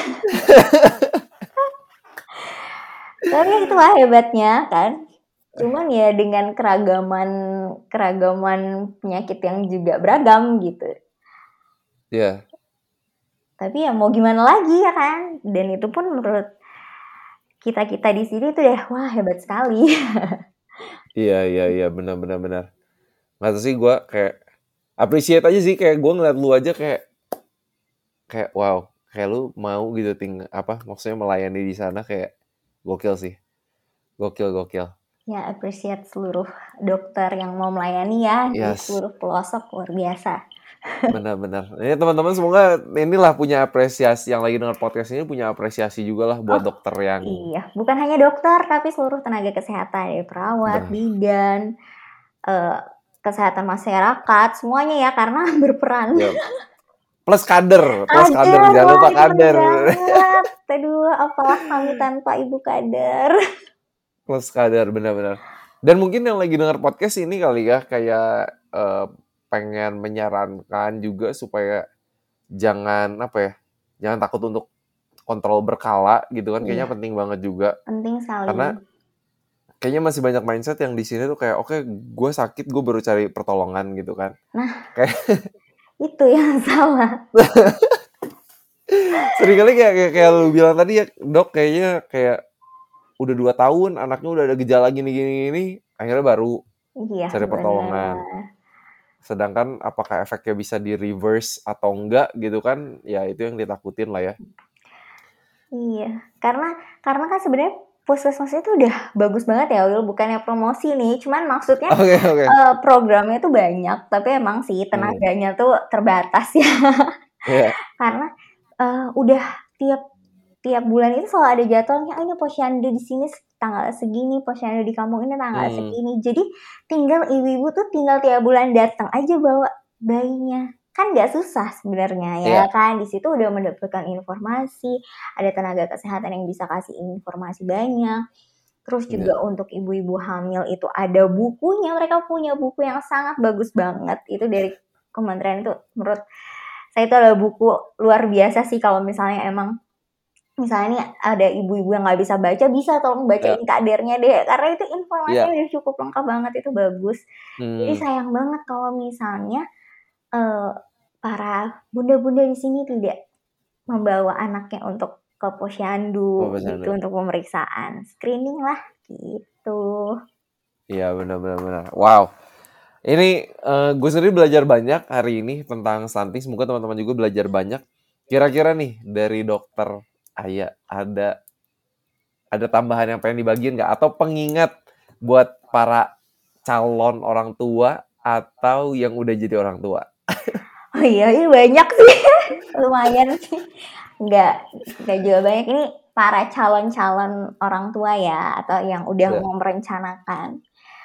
Tapi itu lah hebatnya kan. Cuman ya dengan keragaman keragaman penyakit yang juga beragam gitu. Iya. Yeah. Tapi ya mau gimana lagi ya kan. Dan itu pun menurut kita-kita di sini tuh ya wah hebat sekali. Iya iya iya benar benar benar. Nggak tahu sih, gue kayak appreciate aja sih, kayak gue ngeliat lu aja kayak kayak wow, kayak lu mau gitu ting apa maksudnya melayani di sana, kayak gokil sih, gokil gokil. Ya appreciate seluruh dokter yang mau melayani ya. Yes. Di seluruh pelosok, luar biasa. Benar-benar. Ini teman-teman semoga inilah punya apresiasi, yang lagi dengar podcast ini punya apresiasi juga lah buat Oh, dokter yang iya. Bukan hanya dokter, tapi seluruh tenaga kesehatan, ya perawat, ber bidan, eh, kesehatan masyarakat, semuanya ya, karena berperan. ya plus kader, plus kader, Kader, jangan wah lupa itu penting kader. banget. Aduh, apalah kami tanpa ibu kader. Plus kader, benar-benar. Dan mungkin yang lagi dengar podcast ini kali ya, kayak eh, pengen menyarankan juga supaya jangan apa ya, jangan takut untuk kontrol berkala gitu kan, kayaknya Iya, penting banget juga. penting sekali. Karena kayaknya masih banyak mindset yang di sini tuh kayak, oke, gue sakit, gue baru cari pertolongan gitu kan. Nah, Kayak itu yang salah. seringkali kayak, kayak kayak lu bilang tadi ya, dok, kayaknya kayak udah dua tahun, anaknya udah ada gejala gini-gini, akhirnya baru Iya, cari pertolongan. benar. Sedangkan apakah efeknya bisa di reverse atau enggak gitu kan, ya itu yang ditakutin lah ya. Iya, karena karena kan sebenarnya puskesmas itu udah bagus banget ya, Will. Bukannya promosi nih, cuman maksudnya Oke, oke. eh, programnya tuh banyak, tapi emang sih Hmm, tenaganya tuh terbatas ya. iya, Karena eh, udah tiap tiap bulan itu selalu ada jadwalnya. Ah, ini posyandu di sini tanggal segini, posyandu di kampung ini tanggal hmm, segini. Jadi tinggal ibu-ibu tuh tinggal tiap bulan datang aja bawa bayinya. Kan nggak susah sebenarnya ya iya, kan. Di situ udah mendapatkan informasi, ada tenaga kesehatan yang bisa kasih informasi banyak. Terus iya, juga untuk ibu-ibu hamil itu ada bukunya, mereka punya buku yang sangat bagus banget. Itu dari kementerian itu menurut saya itu adalah buku luar biasa sih kalau misalnya emang misalnya nih ada ibu-ibu yang nggak bisa baca, bisa tolong iya, bacain kadernya deh, karena itu informasinya iya. udah cukup lengkap banget, itu bagus. Jadi Hmm, sayang banget kalau misalnya eh, para bunda-bunda di sini tidak membawa anaknya untuk ke oh, posyandu gitu bercanda. untuk pemeriksaan, screening lah gitu. Iya, benar-benar. Benar. Wow. Ini eh, gue sendiri belajar banyak hari ini tentang stunting. Semoga teman-teman juga belajar banyak. Kira-kira nih dari dokter Aya ada ada tambahan yang pengen dibagiin nggak? Atau pengingat buat para calon orang tua atau yang udah jadi orang tua? Oh iya, ini banyak sih, lumayan sih. Nggak, nggak juga banyak. Ini para calon-calon orang tua ya, atau yang udah Ya. mau merencanakan.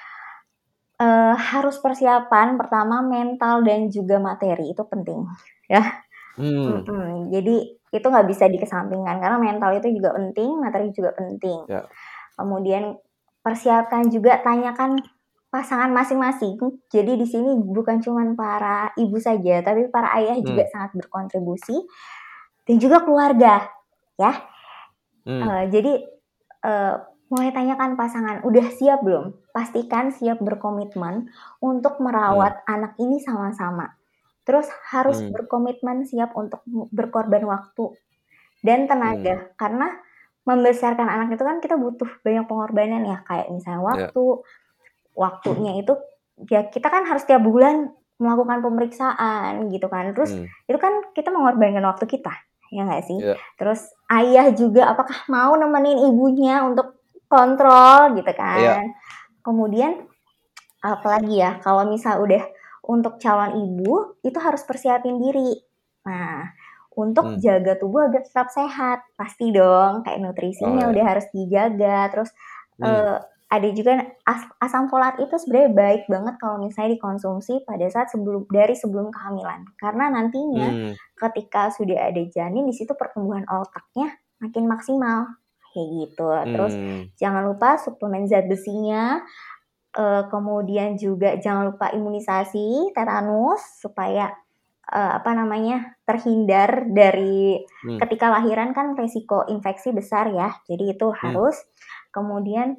Uh, harus persiapan pertama mental dan juga materi itu penting ya. Hmm, Mm-mm. Jadi itu nggak bisa dikesampingkan karena mental itu juga penting, materi juga penting. ya. Kemudian persiapkan juga, tanyakan pasangan masing-masing. Jadi di sini bukan cuma para ibu saja, tapi para ayah Hmm, juga sangat berkontribusi dan juga keluarga ya. hmm, Uh, jadi uh, mulai tanyakan pasangan, udah siap belum? Pastikan siap berkomitmen untuk hmm, merawat anak ini sama-sama. Terus harus hmm, berkomitmen siap untuk berkorban waktu dan hmm, tenaga. Karena membesarkan anak itu kan kita butuh banyak pengorbanan ya, kayak misalnya ya. waktu, waktunya itu ya kita kan harus tiap bulan melakukan pemeriksaan gitu kan. Terus Hmm, itu kan kita mengorbankan waktu kita, ya nggak sih? ya. Terus ayah juga apakah mau nemenin ibunya untuk kontrol gitu Iya. kan. Kemudian apalagi ya, kalau misal udah untuk calon ibu itu harus persiapin diri. Nah, untuk Hmm. jaga tubuh agar tetap sehat, pasti dong kayak Oh nutrisinya ya. udah harus dijaga. Terus Hmm. eh, ada juga as- asam folat itu sebenarnya baik banget kalau misalnya dikonsumsi pada saat sebelum dari sebelum kehamilan. Karena nantinya Hmm. ketika sudah ada janin di situ pertumbuhan otaknya makin maksimal kayak gitu. Terus Hmm. jangan lupa suplemen zat besinya. Uh, kemudian juga jangan lupa imunisasi tetanus supaya uh, apa namanya terhindar dari Hmm. ketika lahiran kan resiko infeksi besar ya, jadi itu Hmm. harus. Kemudian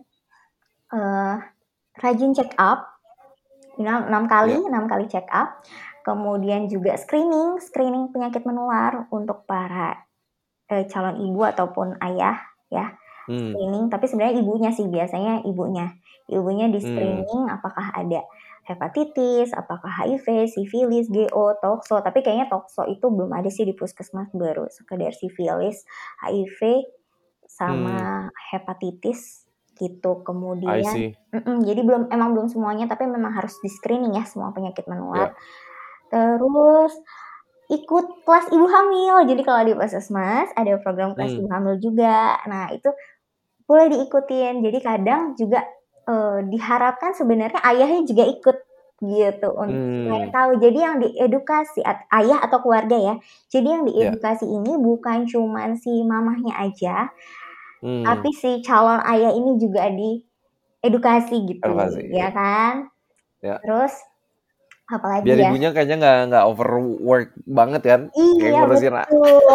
uh, rajin check up enam kali Ya. enam kali check up. Kemudian juga screening screening penyakit menular untuk para eh, calon ibu ataupun ayah ya. Hmm. Screening, tapi sebenarnya ibunya sih, biasanya ibunya ibunya di Hmm. screening apakah ada hepatitis, apakah H I V, sifilis, G O, tokso. Tapi kayaknya tokso itu belum ada sih di puskesmas, baru sekedar sifilis, H I V sama Hmm. hepatitis gitu. I Kemudian see. mm-mm, jadi belum emang belum semuanya, tapi memang harus di screening ya semua penyakit menular. Ya. Terus ikut kelas ibu hamil. Jadi kalau di Puskesmas ada program kelas Hmm. ibu hamil juga. Nah, itu boleh diikutin. Jadi kadang juga uh, diharapkan sebenarnya ayahnya juga ikut gitu untuk supaya Hmm. tahu. Jadi yang diedukasi at- ayah atau keluarga ya. Jadi yang Ya. diedukasi ini bukan cuman si mamahnya aja, Hmm. tapi si calon ayah ini juga diedukasi gitu, Edukasi, ya ya. kan? Ya. Terus apalagi Biar ya? ibunya kayaknya nggak nggak overwork banget kan, kayak Iya ngurusin a- betul.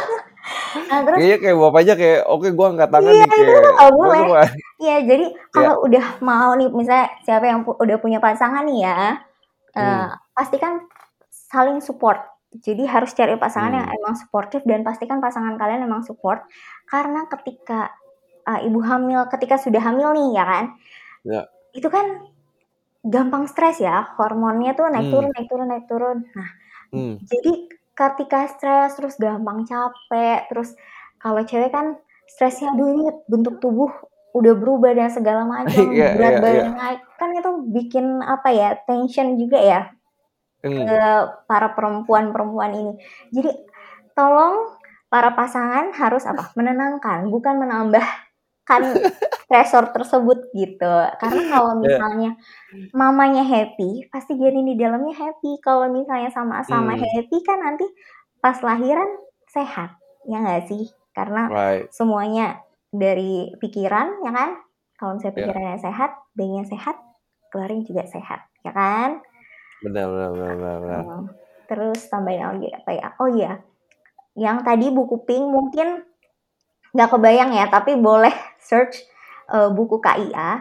Nah terus kayaknya kayak bapaknya kayak oke gua angkat tangan iya nih itu kayak nggak gua boleh. cuma Iya jadi ya. kalau udah mau nih misalnya siapa yang pu- udah punya pasangan nih ya, eh, Hmm. pastikan saling support. Jadi harus cari pasangan yang Hmm. emang suportif dan pastikan pasangan kalian emang support. Karena ketika uh, ibu hamil, ketika sudah hamil nih ya kan, Ya. itu kan gampang stres ya, hormonnya tuh naik Hmm. turun naik turun naik turun. Nah Hmm. jadi ketika stres terus gampang capek, terus kalau cewek kan stresnya aduh ini bentuk tubuh udah berubah dan segala macam, Iya berat iya iya. badan naik, kan itu bikin apa ya, tension juga ya Hmm. ke para perempuan-perempuan ini. Jadi tolong para pasangan harus apa? Menenangkan, bukan menambahkan stresor tersebut gitu. Karena kalau Ya. misalnya mamanya happy, pasti janin di dalamnya happy. Kalau misalnya sama-sama Hmm. happy kan nanti pas lahiran sehat, ya nggak sih? Karena Right. semuanya dari pikiran, ya kan? Kalau misalnya Ya. pikirannya sehat, bayinya sehat, keluarin juga sehat, ya kan? Benar benar benar benar. benar. Hmm. Terus tambahin lagi apa ya? Oh iya, yang tadi buku pink mungkin nggak kebayang ya, tapi boleh search uh, buku K I A,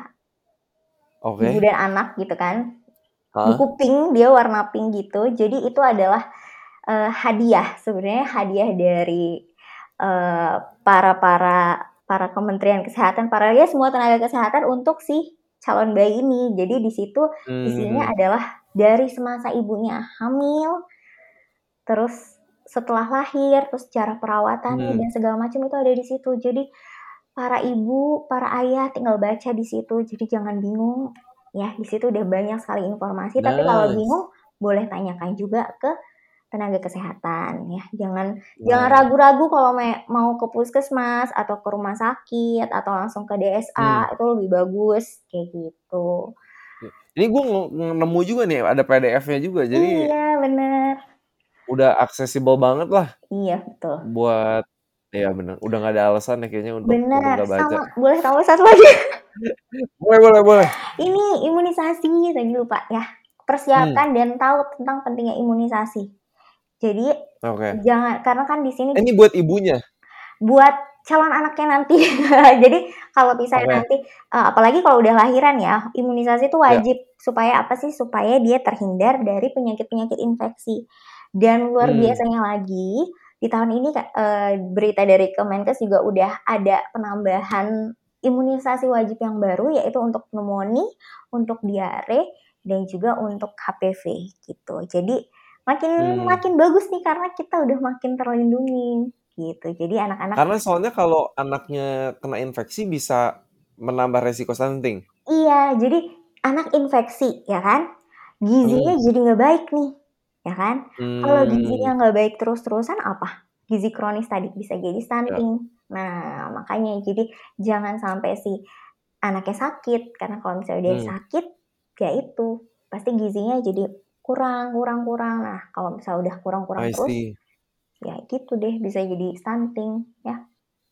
Oke. ibu dan anak gitu kan. Hah? Buku pink, dia warna pink gitu. Jadi itu adalah uh, hadiah, sebenarnya hadiah dari uh, para para para kementerian kesehatan, para ya semua tenaga kesehatan untuk si calon bayi ini. Jadi di situ isinya Hmm. adalah dari semasa ibunya hamil, terus setelah lahir, terus cara perawatannya Hmm. dan segala macam itu ada di situ. Jadi para ibu, para ayah tinggal baca di situ. Jadi jangan bingung ya. Di situ udah banyak sekali informasi. Tapi kalau Nice. bingung boleh tanyakan juga ke tenaga kesehatan ya. Jangan Nice. jangan ragu-ragu kalau me- mau ke puskesmas atau ke rumah sakit atau langsung ke D S A, Hmm. itu lebih bagus kayak gitu. Ini gue nemu juga nih ada P D F-nya juga, jadi Iya bener. udah aksesibel banget lah Iya betul. buat ya bener. Udah nggak ada alasan ya kayaknya untuk untuk Bener. nggak baca. Sama boleh tambah satu lagi. Boleh boleh boleh. Ini imunisasi tadi lupa ya. Hmm. Persiapkan dan tahu tentang pentingnya imunisasi. Jadi Oke. jangan, karena kan di sini Eh, ini buat ibunya. buat calon anaknya nanti. Jadi kalau misalnya Oke. nanti uh, apalagi kalau udah lahiran ya, imunisasi itu Ya. wajib supaya apa sih? Supaya dia terhindar dari penyakit-penyakit infeksi. Dan luar Hmm. biasanya lagi, di tahun ini uh, berita dari Kemenkes juga udah ada penambahan imunisasi wajib yang baru, yaitu untuk pneumonia, untuk diare, dan juga untuk H P V gitu. Jadi makin Hmm. makin bagus nih karena kita udah makin terlindungi gitu. Jadi anak-anak Karena soalnya kalau anaknya kena infeksi bisa menambah resiko stunting. iya, jadi anak infeksi ya kan, gizinya Hmm. jadi nggak baik nih, ya kan? Kalau gizinya Hmm. nggak baik terus-terusan apa? Gizi kronis tadi bisa jadi Ya. stunting. Nah makanya jadi jangan sampai si anaknya sakit, karena kalau misalnya dia Hmm. sakit, ya itu pasti gizinya jadi kurang, kurang, kurang. Nah kalau misalnya udah kurang-kurang I terus, see. ya gitu deh bisa jadi stunting ya.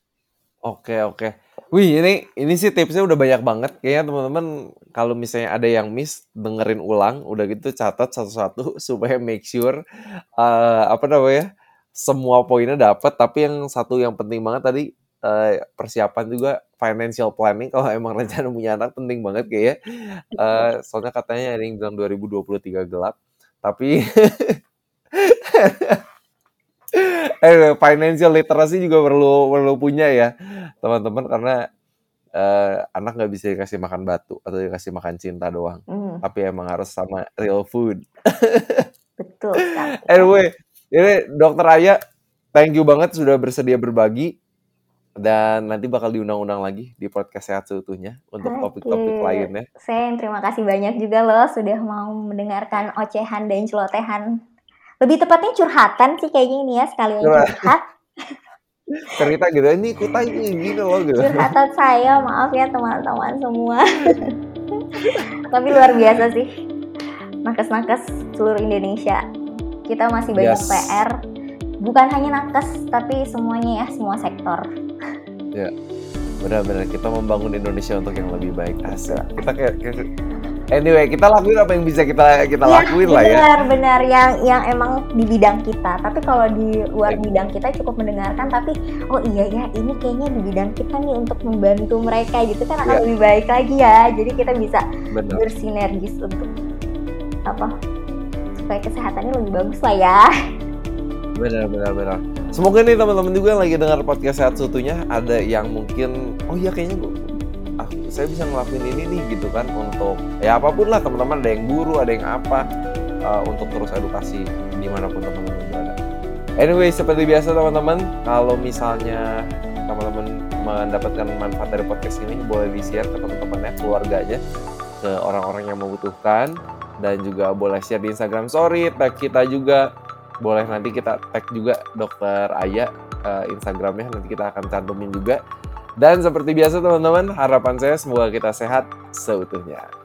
Oke oke. Wih ini ini sih tipsnya udah banyak banget. Kayaknya teman-teman kalau misalnya ada yang miss dengerin ulang, udah gitu catat satu-satu supaya make sure uh, apa namanya semua poinnya dapat. Tapi yang satu yang penting banget tadi uh, persiapan juga financial planning kalau emang rencana punya anak penting banget kayaknya. Uh, soalnya katanya ada yang bilang dua ribu dua puluh tiga gelap, tapi eh, financial literacy juga perlu perlu punya ya teman-teman, karena uh, anak nggak bisa dikasih makan batu atau dikasih makan cinta doang, Hmm, tapi emang harus sama real food. betul sekali. Anyway, ini Dokter Aya, thank you banget sudah bersedia berbagi, dan nanti bakal diundang-undang lagi di podcast Sehat Seutuhnya untuk topik-topik Oke, lainnya. saya yang terima kasih banyak juga loh sudah mau mendengarkan ocehan dan celotehan Lebih tepatnya curhatan sih kayaknya ini ya, sekalian Curhat. curhat. Cerita gitu, ini Kuta ini gini loh gitu. Curhatan saya, maaf ya teman-teman semua. Tapi luar biasa sih, nakes-nakes seluruh Indonesia. Kita masih banyak Yes. P R. Bukan hanya nakes, tapi semuanya ya, semua sektor. Ya, benar-benar kita membangun Indonesia untuk yang lebih baik. Asik. Kita kayak, kayak anyway, kita lakuin apa yang bisa kita kita Iya, lakuin lah ya. benar-benar yang yang emang di bidang kita. Tapi kalau di luar Baik. bidang kita cukup mendengarkan, tapi oh iya ya, ini kayaknya di bidang kita nih untuk membantu mereka gitu kan akan Iya. lebih baik lagi ya. Jadi kita bisa Benar. bersinergis untuk apa? Supaya kesehatannya lebih bagus lah ya. Benar, benar, benar. Semoga nih teman-teman juga yang lagi dengar podcast Sehat Seutuhnya ada yang mungkin, oh iya kayaknya gue, aku, saya bisa ngelakuin ini nih gitu kan untuk ya apapun lah teman-teman, ada yang guru, ada yang apa, uh, untuk terus edukasi dimanapun teman-teman berada. Anyway, seperti biasa teman-teman, kalau misalnya teman-teman mendapatkan manfaat dari podcast ini, boleh di-share ke teman-temannya, keluarganya, ke orang-orang yang membutuhkan, dan juga boleh share di Instagram Story, tag kita juga. Boleh nanti kita tag juga Dokter Aya uh, Instagramnya, nanti kita akan cantumin juga. Dan seperti biasa teman-teman, harapan saya semoga kita sehat seutuhnya.